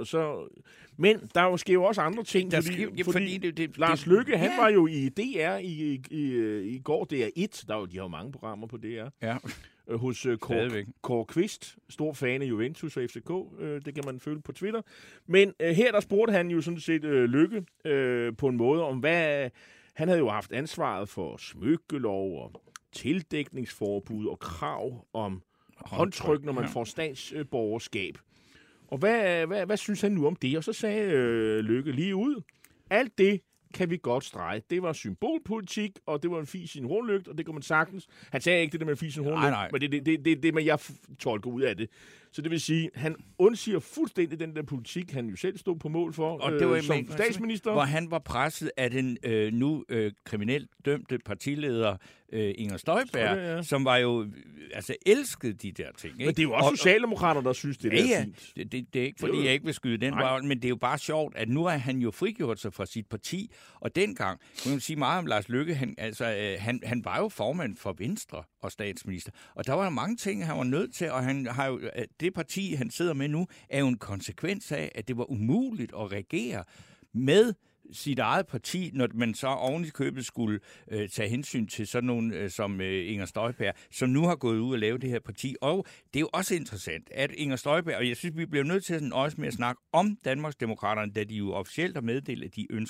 Men der er jo sker jo også andre ting, fordi Lars Løkke, han var jo i DR i går, DR1, de har jo mange programmer på DR, hos Kåre Kvist, stor fan af Juventus og FCK, det kan man føle på Twitter. Men her der spurgte han jo sådan set Løkke på en måde om, hvad... Han havde jo haft ansvaret for smykkelov og tildækningsforbud og krav om håndtryk, når man får statsborgerskab. Og hvad synes han nu om det? Og så sagde Løkke lige ud, alt det kan vi godt strege. Det var symbolpolitik, og det var en fis i en hornlygt, og det kan man sagtens. Han sagde ikke det der med en fis i en hornlygt, men det med jeg tolker ud af det. Så det vil sige, han undsiger fuldstændig den der politik, han jo selv stod på mål for og det var som statsminister. Hvor han var presset af den nu kriminelt dømte partileder Inger Støjberg, som var jo elskede de der ting. Ikke? Men det er jo også socialdemokrater, der synes, det er fint. Det er ikke, fordi jeg ikke vil skyde den vej, men det er jo bare sjovt, at nu er han jo frigjort sig fra sit parti, og dengang, kan man sige meget om Lars Løkke, han var jo formand for Venstre og statsminister, og der var jo mange ting, han var nødt til, og han har jo, det parti, han sidder med nu, er jo en konsekvens af, at det var umuligt at regere med sit eget parti, når man så oven i købet skulle tage hensyn til sådan nogen som Inger Støjberg, som nu har gået ud og lavet det her parti. Og det er jo også interessant, at Inger Støjberg, og jeg synes, vi bliver nødt til at nøjes med at snakke om Danmarksdemokraterne, da de jo officielt har meddelt, at de ønsker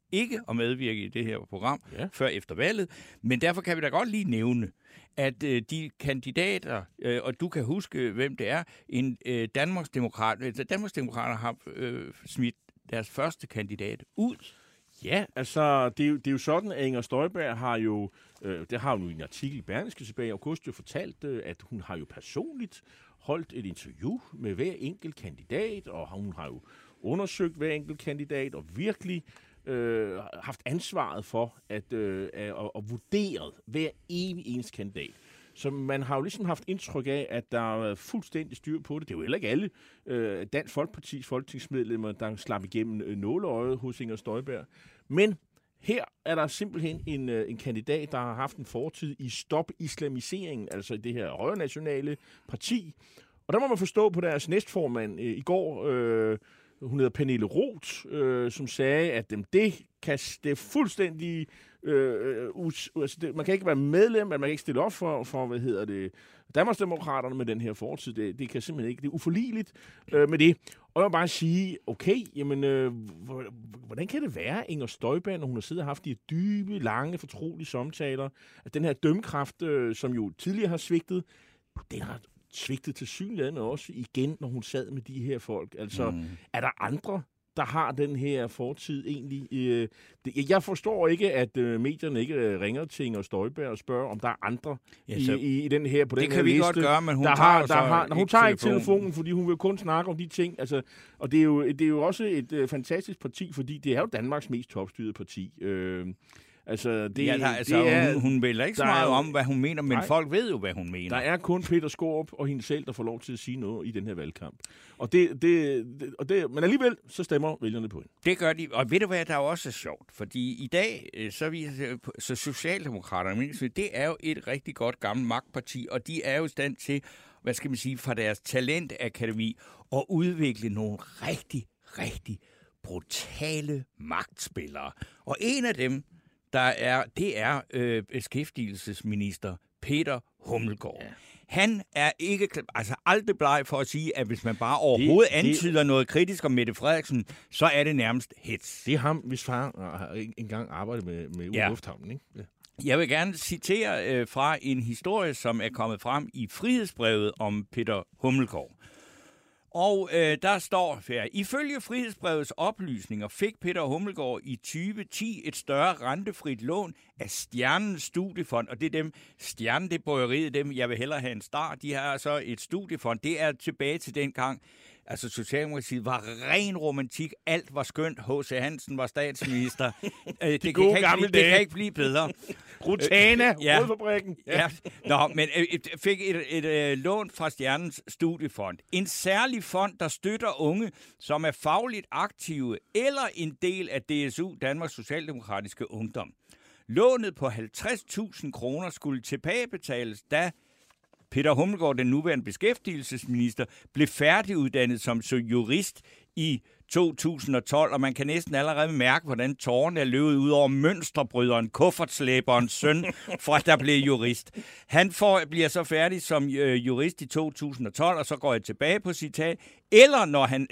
ikke at medvirke i det her program før efter valget, men derfor kan vi da godt lige nævne, at de kandidater, og du kan huske, hvem det er, Danmarksdemokraterne har smidt deres første kandidat ud. Ja, altså, det er jo sådan, at Inger Støjberg har jo, det har hun i en artikel i Berlingske tilbage i august jo fortalt, at hun har jo personligt holdt et interview med hver enkelt kandidat, og hun har jo undersøgt hver enkelt kandidat, og virkelig haft ansvaret for at vurdere hver eneste kandidat. Så man har jo ligesom haft indtryk af, at der er fuldstændig styr på det. Det er jo heller ikke alle Dansk Folkepartis folketingsmedlemmer, der slap igennem nåleøjet hos Inger Støjberg. Men her er der simpelthen en kandidat, der har haft en fortid i Stop Islamiseringen, altså i det her højrenationale parti. Og der må man forstå på deres næstformand i går, hun hedder Pernille Roth, som sagde, at det er fuldstændig... man kan ikke være medlem, at man kan ikke stille op for Danmarksdemokraterne med den her fortid. Det kan simpelthen ikke. Det er uforligeligt med det. Og jeg vil bare sige, okay, jamen, hvordan kan det være, Inger Støjberg, når hun har siddet og haft de dybe, lange, fortrolige samtaler, at den her dømmekraft, som jo tidligere har svigtet, den har svigtet til synligheden også igen, når hun sad med de her folk. Altså, er der andre, der har den her fortid egentlig? Jeg forstår ikke, at medierne ikke ringer til Inger Støjberg og spørger, om der er andre i den her, på den her liste. Det kan vi godt gøre, men hun tager ikke telefonen, fordi hun vil kun snakke om de ting. Altså, og det er jo også et fantastisk parti, fordi det er jo Danmarks mest topstyrede parti. Hun vil ikke så meget om, hvad hun mener, men folk ved jo, hvad hun mener. Der er kun Peter Skaarup og hende selv, der får lov til at sige noget i den her valgkamp. Men alligevel, så stemmer vælgerne på hende. Det gør de, og ved du hvad, der er også sjovt, fordi i dag, så Socialdemokraterne, det er jo et rigtig godt gammelt magtparti, og de er jo i stand til, hvad skal man sige, fra deres talentakademi, at udvikle nogle rigtig, rigtig brutale magtspillere. Og en af dem, det er beskæftigelsesminister Peter Hummelgaard. Ja. Han er ikke aldrig bleg for at sige, at hvis man bare overhovedet antyder noget kritisk om Mette Frederiksen, så er det nærmest hets. Det er ham, hvis far har engang arbejdet med Lufthavnen, ikke? Ja. Jeg vil gerne citere fra en historie, som er kommet frem i Frihedsbrevet om Peter Hummelgaard. Og der står, ifølge Frihedsbrevets oplysninger fik Peter Hummelgaard i 2010 et større rentefrit lån af Stjernens Studiefond, og det er dem, Stjernen, det bryggeriet, dem, jeg vil hellere have en start, de har så et studiefond, det er tilbage til den gang, altså Socialdemokratiet var ren romantik, alt var skønt, H.C. Hansen var statsminister, det kan ikke blive bedre. Rutana, Rødfabrikken. Ja. Nå, men fik et lån fra Stjernens Studiefond. En særlig fond, der støtter unge, som er fagligt aktive, eller en del af DSU, Danmarks Socialdemokratiske Ungdom. Lånet på 50.000 kroner skulle tilbagebetales, da Peter Hummelgaard, den nuværende beskæftigelsesminister, blev færdiguddannet som jurist i 2012, og man kan næsten allerede mærke, hvordan tårerne er løbet ud over mønsterbryderen, kuffertslæberens søn, for at der blev jurist. Han bliver så færdig som jurist i 2012, og så går jeg tilbage på citat, eller når han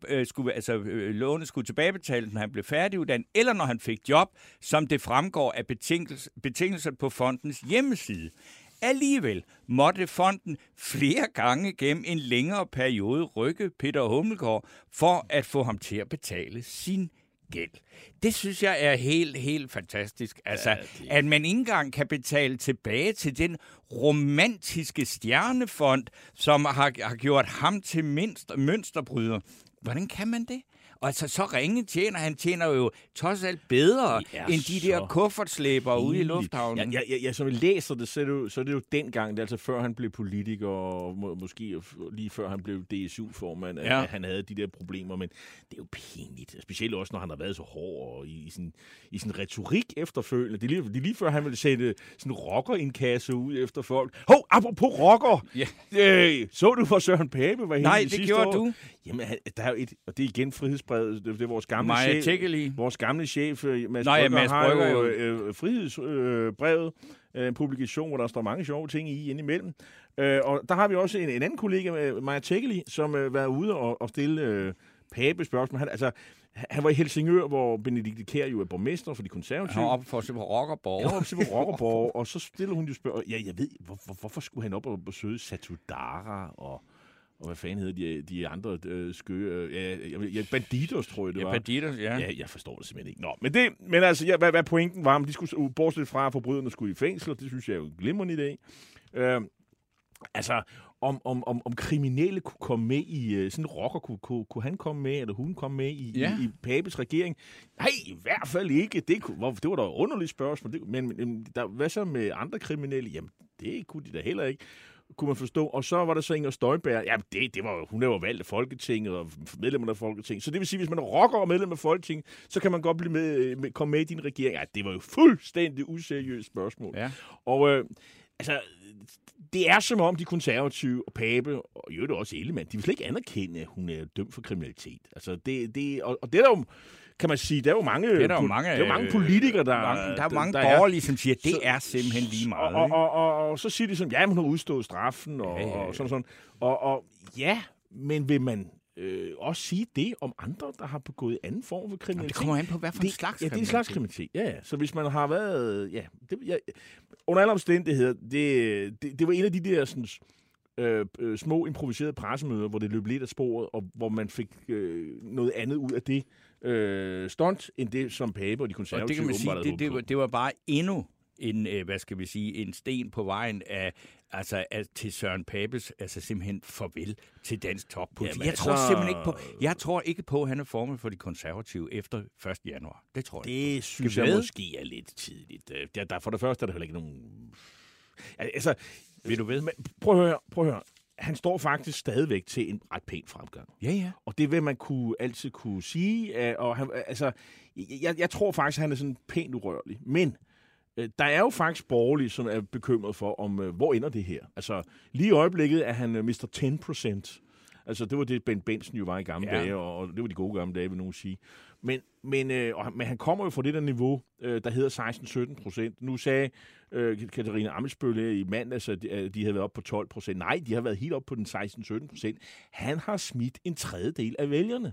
lånet skulle tilbagebetales, når han blev færdiguddannet, eller når han fik job, som det fremgår af betingelser på fondens hjemmeside. Alligevel måtte fonden flere gange gennem en længere periode rykke Peter Hummelgaard for at få ham til at betale sin gæld. Det synes jeg er helt, helt fantastisk. Altså, at man ikke engang kan betale tilbage til den romantiske stjernefond, som har gjort ham til mønsterbryder. Hvordan kan man det? Og altså, så ringe tjener, han tjener jo trods alt bedre end de der kuffertslæber ude i lufthavnen. Ja, som jeg læser det, så er det jo dengang, det er altså før han blev politiker, og måske lige før han blev DSU-formand, at han havde de der problemer, men det er jo pinligt. Specielt også, når han har været så hård og i sin retorik efterfølgende. Det er lige før, han ville sætte sådan en rocker-indkasse ud efter folk. Apropos rocker! Yeah. Så du for Søren Pape? Nej, det gjorde du. Jamen, der er jo og det er igen frihedsbrevet. Det er vores gamle chef. Vores gamle chef, Mads Brygger, har jo frihedsbrevet. En publikation, hvor der står mange sjove ting i indimellem. Og der har vi også en anden kollega, Maja Tekeli, som var ude og stille Pape spørgsmål. Han var i Helsingør, hvor Benedikte Kjær jo er borgmester for de konservative. Han var oppe for at se på Rockerborg. Ja, oppe på Rockerborg, og så stiller hun jo spørgsmål. Ja, jeg ved, hvorfor skulle han op og besøge Satudara og hvad fanden hedder de andre skøre... Banditos, tror jeg, det var. Ja, Banditos, ja. Ja, jeg forstår det simpelthen ikke. Nå, men altså, hvad pointen var, om de skulle, bortset fra, at forbryderne skulle i fængsel, og det synes jeg er jo en glimrende i dag. Om kriminelle kunne komme med i... sådan en rocker, kunne han komme med, eller hun komme med i Papes regering? Nej, i hvert fald ikke. Det var da et underligt spørgsmål. Men hvad så med andre kriminelle? Jamen, det kunne de da heller ikke, kunne man forstå. Og så var der så Inger Støjberg. Jamen, hun er jo valgt af Folketinget og medlemmer af Folketinget. Så det vil sige, hvis man er rocker og medlem af Folketinget, så kan man godt komme med i din regering. Ja, det var jo fuldstændig useriøst spørgsmål. Ja. Og det er som om de konservative og Pape, og jo det er også Ellemann, de vil slet ikke anerkende, at hun er dømt for kriminalitet. Altså, og det er jo, kan man sige, der er jo mange, mange politikere, der er mange borgerlige, som siger, at det er simpelthen lige meget. Og så siger de sådan, ja, hun har udstået straffen, og sådan. Og ja, men vil man også sige det om andre, der har begået anden form for kriminalitet? Det kommer an på, hvad for en slags kriminalitet. Ja, det er en slags kriminalitet. Ja. Så hvis man har været... Ja, under alle omstændigheder, det var en af de der sådan, små improviserede pressemøder, hvor det løb lidt af sporet, og hvor man fik noget andet ud af det stunt, end det, som Pape og de konservative... Og det kan man sige, det var bare endnu en sten på vejen til Søren Papes, simpelthen farvel til dansk toppolitik. Jeg tror ikke på, at han er formand for de konservative efter 1. januar. Det tror jeg ikke. Det synes jeg måske er lidt tidligt. For det første er der heller ikke nogen... Vil du ved? Prøv at høre. Han står faktisk stadigvæk til en ret pæn fremgang. Ja. Og det vil man altid kunne sige. Og jeg tror faktisk, at han er sådan pænt urørlig. Men der er jo faktisk borgerlige, som er bekymret for, hvor ender det her. Altså, lige i øjeblikket er han Mr. 10%. Altså, det var det, Ben Benson jo var i gamle dage, og det var de gode gamle dage, vil nogen sige. Men han kommer jo fra det der niveau, der hedder 16-17%. Nu sagde Katarina Ammitzbøll i mandags, at de havde været op på 12%. Nej, de har været helt op på den 16-17%. Han har smidt en tredjedel af vælgerne.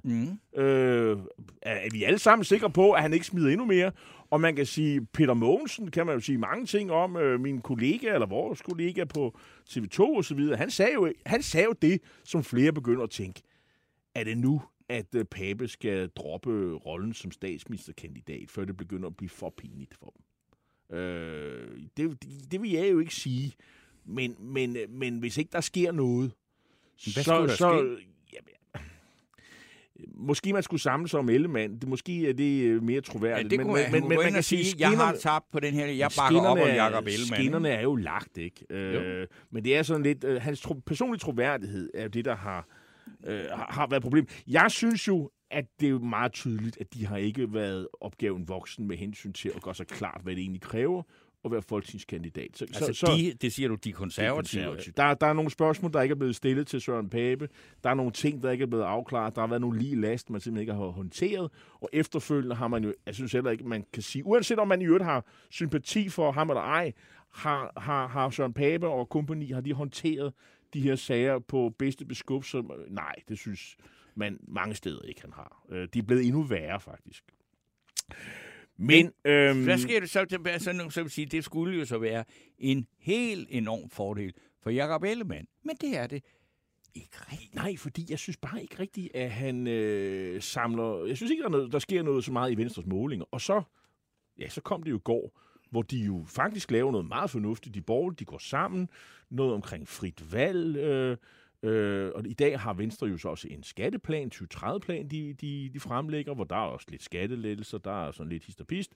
Er vi alle sammen sikre på, at han ikke smider endnu mere? Og man kan sige, Peter Mogensen kan man jo sige mange ting om, min kollega, eller vores kollega på TV2 og så videre. Han sagde jo det, som flere begynder at tænke. Er det nu, at Pape skal droppe rollen som statsministerkandidat, før det begynder at blive for pinligt for dem? Det vil jeg jo ikke sige. Men hvis ikke der sker noget, måske man skulle samle sig om Ellemann. Måske er det mere troværdigt. Ja, det kunne men man kan sige, jeg har tabt på den her. Jeg bakker op om Jacob Ellemann. Skinnerne er jo lagt, ikke? Men det er sådan lidt... hans personlige troværdighed er det, der har været et problem. Jeg synes jo, at det er meget tydeligt, at de har ikke været opgaven voksen med hensyn til at gøre sig klart, hvad det egentlig kræver at være folketingskandidat. Det siger du, de konservative. Der er nogle spørgsmål, der ikke er blevet stillet til Søren Pape. Der er nogle ting, der ikke er blevet afklaret. Der har været nogle lige last, man simpelthen ikke har håndteret. Og efterfølgende har man jo, jeg synes heller ikke, man kan sige, uanset om man i øvrigt har sympati for ham eller ej, har Søren Pape og kompagni, har de håndteret de her sager på bedste beskub, som nej, det synes man mange steder ikke, han har. De er blevet endnu værre, faktisk. Men hvad sker det så vil sige, det skulle jo så være en helt enorm fordel for Jacob Ellemann. Men det er det ikke rigtigt. Nej, fordi jeg synes bare ikke rigtigt, at han samler... Jeg synes ikke, der sker noget så meget i Venstres målinger. Og så kom det jo i går, hvor de jo faktisk laver noget meget fornuftigt. De går sammen, noget omkring frit valg, og i dag har Venstre jo så også en skatteplan, 2030-plan, de fremlægger, hvor der er også lidt skattelettelser, der er sådan lidt hist og pist.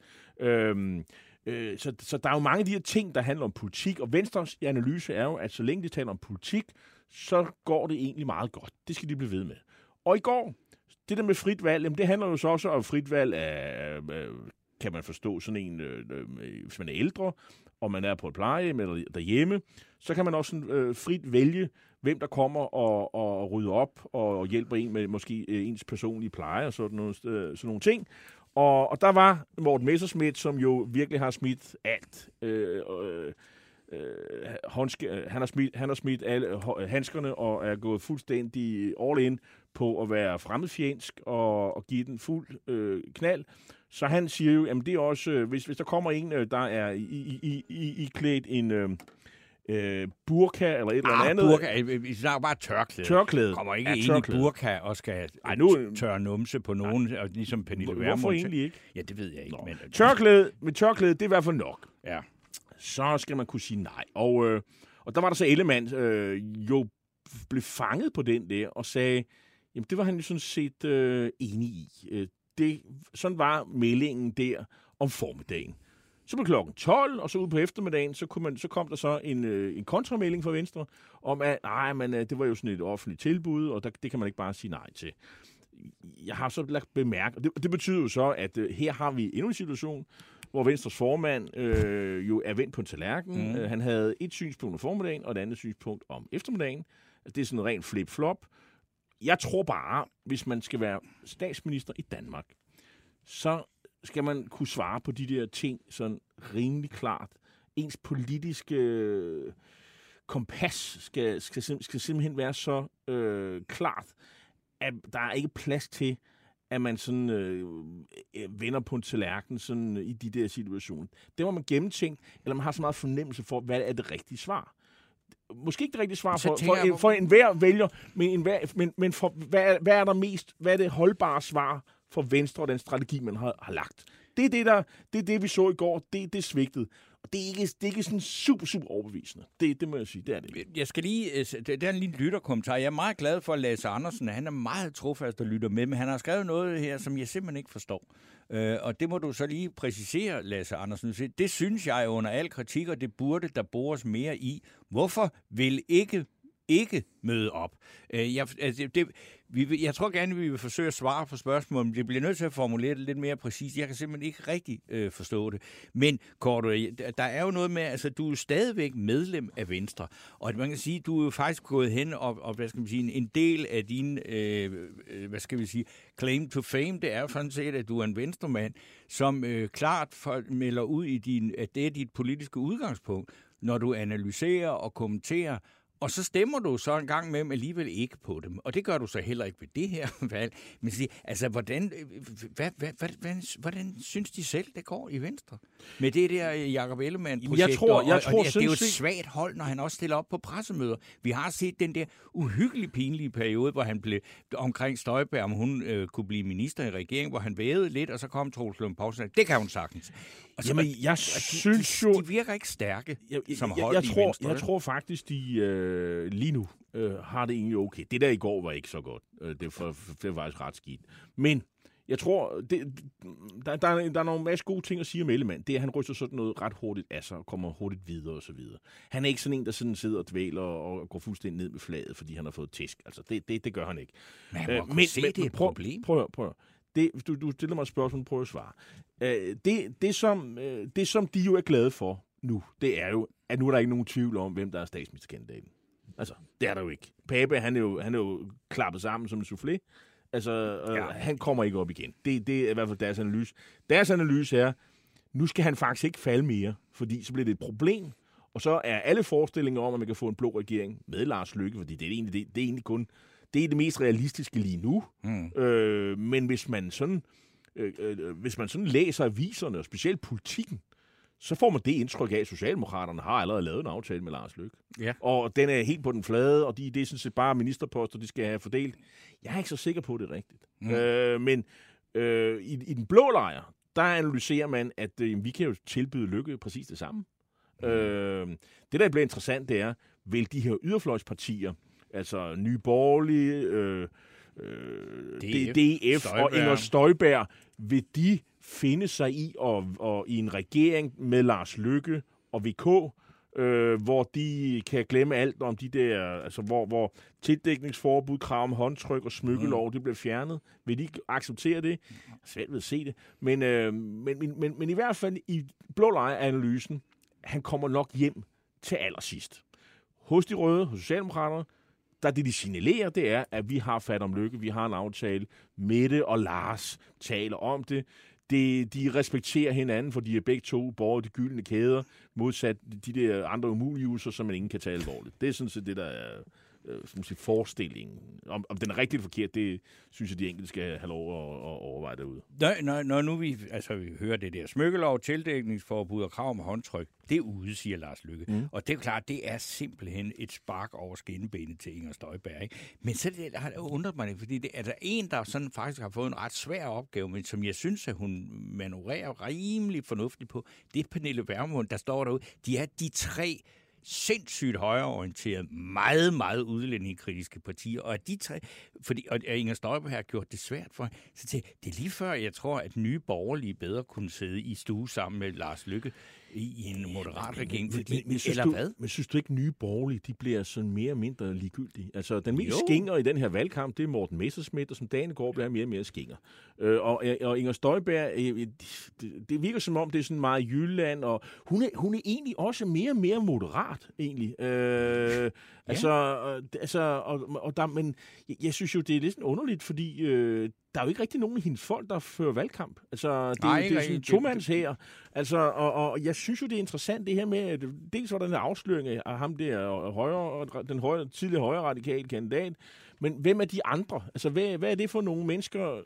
Så der er jo mange af de her ting, der handler om politik, og Venstres analyse er jo, at så længe de taler om politik, så går det egentlig meget godt. Det skal de blive ved med. Og i går, det der med frit valg, jamen, det handler jo så også om frit valg af kan man forstå, sådan en, hvis man er ældre, og man er på et plejehjem eller derhjemme, så kan man også frit vælge, hvem der kommer og rydder op og hjælper en med måske ens personlige pleje og sådan nogle ting. Og der var Morten Messerschmidt, som jo virkelig har smidt alt. han har smidt alle handskerne og er gået fuldstændig all in på at være fremmedfjendsk og give den fuld knald. Så han siger jo, at det er også, hvis der kommer en, der er i klædt en burka eller et eller andet. Burka, vi snakker bare tørklæde. Kommer ikke ind i burka og skal tørre numse på nogen, ligesom Pernille Vermund. Hvorfor egentlig ikke? Ja, det ved jeg ikke. Men tørklæde, det er i hvert fald nok. Ja. Så skal man kunne sige nej. Og der var der så Ellemann jo blev fanget på den der og sagde, jamen det var han jo sådan set enig i. Sådan var meldingen der om formiddagen. Så blev klokken 12, og så ud på eftermiddagen, så kom der så en kontramelding fra Venstre om, at det var jo sådan et offentligt tilbud, og det kan man ikke bare sige nej til. Jeg har så lagt bemærke, og det betyder jo så, at her har vi endnu en situation, hvor Venstres formand jo er vendt på en tallerken. Han havde et synspunkt om formiddagen, og et andet synspunkt om eftermiddagen. Det er sådan en ren flip-flop. Jeg tror bare, hvis man skal være statsminister i Danmark, så skal man kunne svare på de der ting sådan rimelig klart. Ens politiske kompas skal simpelthen være så klart, at der er ikke plads til, at man sådan vender på en tallerken sådan i de der situationer. Det må man gennemtænkt, eller man har så meget fornemmelse for, hvad er det rigtige svar. Måske ikke det rigtige svar for enhver vælger, men for, hvad er der mest, hvad er det holdbare svar for Venstre og den strategi, man har lagt. Det er det, vi så i går. Det svigtede. Og det er ikke sådan super overbevisende. Det må jeg sige, det er det. Jeg skal lige, det er en lille lytterkommentar. Jeg er meget glad for Lasse Andersen. Han er meget trofast og lytter med, men han har skrevet noget her, som jeg simpelthen ikke forstår. Og det må du så lige præcisere, Lasse Andersen. Det synes jeg under al kritik, og det burde der bores mere i. Hvorfor vil ikke møde op? Jeg tror gerne, vi vil forsøge at svare på spørgsmålet, men det bliver nødt til at formulere det lidt mere præcist. Jeg kan simpelthen ikke rigtig forstå det. Men, Korto, der er jo noget med, altså du er stadigvæk medlem af Venstre, og man kan sige, du er jo faktisk gået hen og hvad skal man sige, en del af din, claim to fame, det er jo sådan set, at du er en venstremand, som klart melder ud i at det er dit politiske udgangspunkt, når du analyserer og kommenterer. Og så stemmer du så en gang med dem alligevel ikke på dem. Og det gør du så heller ikke ved det her valg. Men altså, hvordan synes de selv, det går i Venstre? Med det der Jakob Ellemann-projekt. Jeg tror, det er jo et svagt hold, når han også stiller op på pressemøder. Vi har set den der uhyggeligt pinlige periode, hvor han blev omkring Støjberg, om hun kunne blive minister i regeringen, hvor han vævede lidt, og så kom Troels Lund Poulsen. Det kan hun sagtens. Jamen, jeg synes jo... De virker ikke stærke som hold i Venstre. Jeg tror faktisk, de lige nu har det egentlig okay. Det der i går var ikke så godt. Det var faktisk ret skidt. Men jeg tror, der er nogle masse gode ting at sige om Ellemann. Det er, at han ryster sådan noget ret hurtigt af sig og kommer hurtigt videre og så videre. Han er ikke sådan en, der sådan sidder og dvæler og går fuldstændig ned med flaget, fordi han har fået tæsk. Altså, det gør han ikke. Men det er et problem. Prøv. Du stiller mig et spørgsmål, prøv at svare. Det, som de jo er glade for nu, det er jo, at nu er der ikke nogen tvivl om, hvem der er statsministerkandidaten. Altså, det er der jo ikke. Pape, han er jo klappet sammen som en soufflé. Altså, han kommer ikke op igen. Det er i hvert fald deres analyse. Deres analyse er, nu skal han faktisk ikke falde mere, fordi så bliver det et problem. Og så er alle forestillinger om, at man kan få en blå regering med Lars Løkke, fordi det er egentlig kun... Det er det mest realistiske lige nu. Men hvis man sådan læser aviserne, og specielt politikken, så får man det indtryk af, at Socialdemokraterne har allerede lavet en aftale med Lars Løkke. Ja. Og den er helt på den flade, og det er sådan set bare ministerposter, de skal have fordelt. Jeg er ikke så sikker på, det er rigtigt. Men i den blå lejr, der analyserer man, at vi kan jo tilbyde Løkke præcis det samme. Det, der bliver interessant, det er, vil de her yderfløjspartier, altså Nye Borgerlige, DF og Inger Støjberg, vil de finde sig i og i en regering med Lars Løkke og VK, hvor de kan glemme alt om de der, altså hvor tildækningsforbud, krav om håndtryk og smykkelov, det bliver fjernet. Vil de acceptere det? Svært ved at se det. Men i hvert fald i blå lejr-analysen, han kommer nok hjem til allersidst. Hos de røde, hos Socialdemokraterne, der det, de signalerer, det er, at vi har fat om Løkke, vi har en aftale. Mette og Lars taler om det. de respekterer hinanden, for de er begge to borgere de gyldne kæder, modsat de der andre umulige, som man ingen kan tage alvorligt. Det er sådan set det, der er forestillingen. Om den er rigtig forkert, det synes jeg, de enkelte skal have lov at overveje derude. Når nu vi hører det der smykkelov, tildækningsforbud og krav om håndtryk, det er ude, siger Lars Løkke. Og det er klart, det er simpelthen et spark over skinnebenet til Inger Støjberg. Ikke? Men så har det undret mig, fordi det er der en, der sådan faktisk har fået en ret svær opgave, men som jeg synes, at hun manøvrerer rimelig fornuftigt på. Det er Pernille Vermund, der står derude. De er de 3 sindssygt højreorienterede, meget, meget udlændingekritiske partier, og de 3, og Inger Støjberg har gjort det svært for hende, så det er lige før, jeg tror, at Nye Borgerlige bedre kunne sidde i stue sammen med Lars Løkke i en moderat regering, Men synes du ikke, Nye Borgerlige, de bliver sådan mere og mindre ligegyldige? Altså, den mest skinger i den her valgkamp, det er Morten Messerschmidt, og som dagen går, bliver mere og mere skinger. Og Inger Støjberg, det virker som om, det er sådan meget Jylland, og hun er egentlig også mere og mere moderat, egentlig. Men jeg synes jo, det er lidt sådan underligt, fordi der er jo ikke rigtig nogen af hendes folk, der fører valgkamp. Altså, det er sådan tomands her. Altså, og jeg synes jo, det er interessant det her med, at dels var der en afsløring af ham der, den tidligere højre radikale kandidat, men hvem er de andre? Altså, hvad er det for nogle mennesker?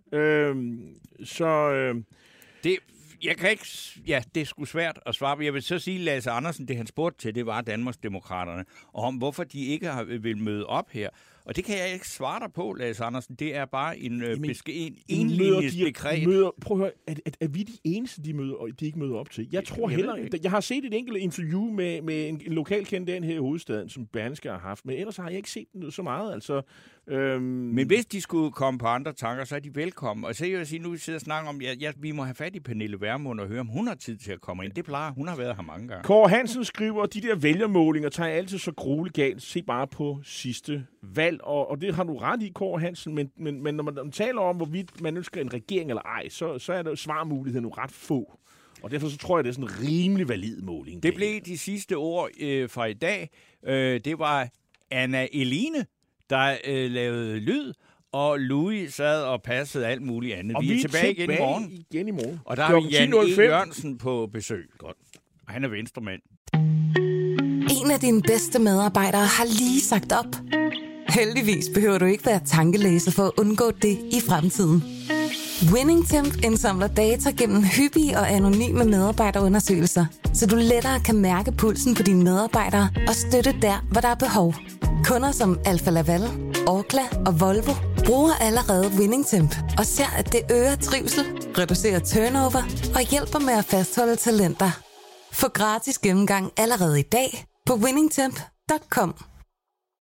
Det er sgu svært at svare på. Jeg vil så sige, Lasse Andersen, det han spurgte til, det var Danmarksdemokraterne, og om hvorfor de ikke vil møde op her. Og det kan jeg ikke svare dig på, Lasse Andersen. Det er bare en enlinjesbegreb. Prøv at høre, er vi de eneste, de ikke møder op til? Jeg tror jeg har set et enkelt interview med en lokal kandidat her i hovedstaden, som Berlingske har haft, men ellers har jeg ikke set så meget. Altså, Men hvis de skulle komme på andre tanker, så er de velkommen. Og så vil jeg sige, nu vi sidder og snakker om, vi må have fat i Pernille Vermund og høre, om hun har tid til at komme ind. Det plejer, hun har været her mange gange. Kåre Hansen skriver, de der vælgermålinger tager altid så grueligt galt. Se bare på sidste valg. Og det har du ret i, Kåre Hansen, men når man taler om, hvorvidt man ønsker en regering eller ej, så er der svarmuligheden jo ret få. Og derfor så tror jeg, det er sådan en rimelig valid måling. Det blev de sidste ord fra i dag. Det var Anna Eline, der lavede lyd, og Louis sad og passede alt muligt andet. Og vi er tilbage igen i morgen. Og der har vi Jan E. Jørgensen på besøg. Godt. Og han er venstremand. En af dine bedste medarbejdere har lige sagt op. Heldigvis behøver du ikke være tankelæser for at undgå det i fremtiden. WinningTemp indsamler data gennem hyppige og anonyme medarbejderundersøgelser, så du lettere kan mærke pulsen på dine medarbejdere og støtte der, hvor der er behov. Kunder som Alfa Laval, Orkla og Volvo bruger allerede WinningTemp og ser, at det øger trivsel, reducerer turnover og hjælper med at fastholde talenter. Få gratis gennemgang allerede i dag på winningtemp.com.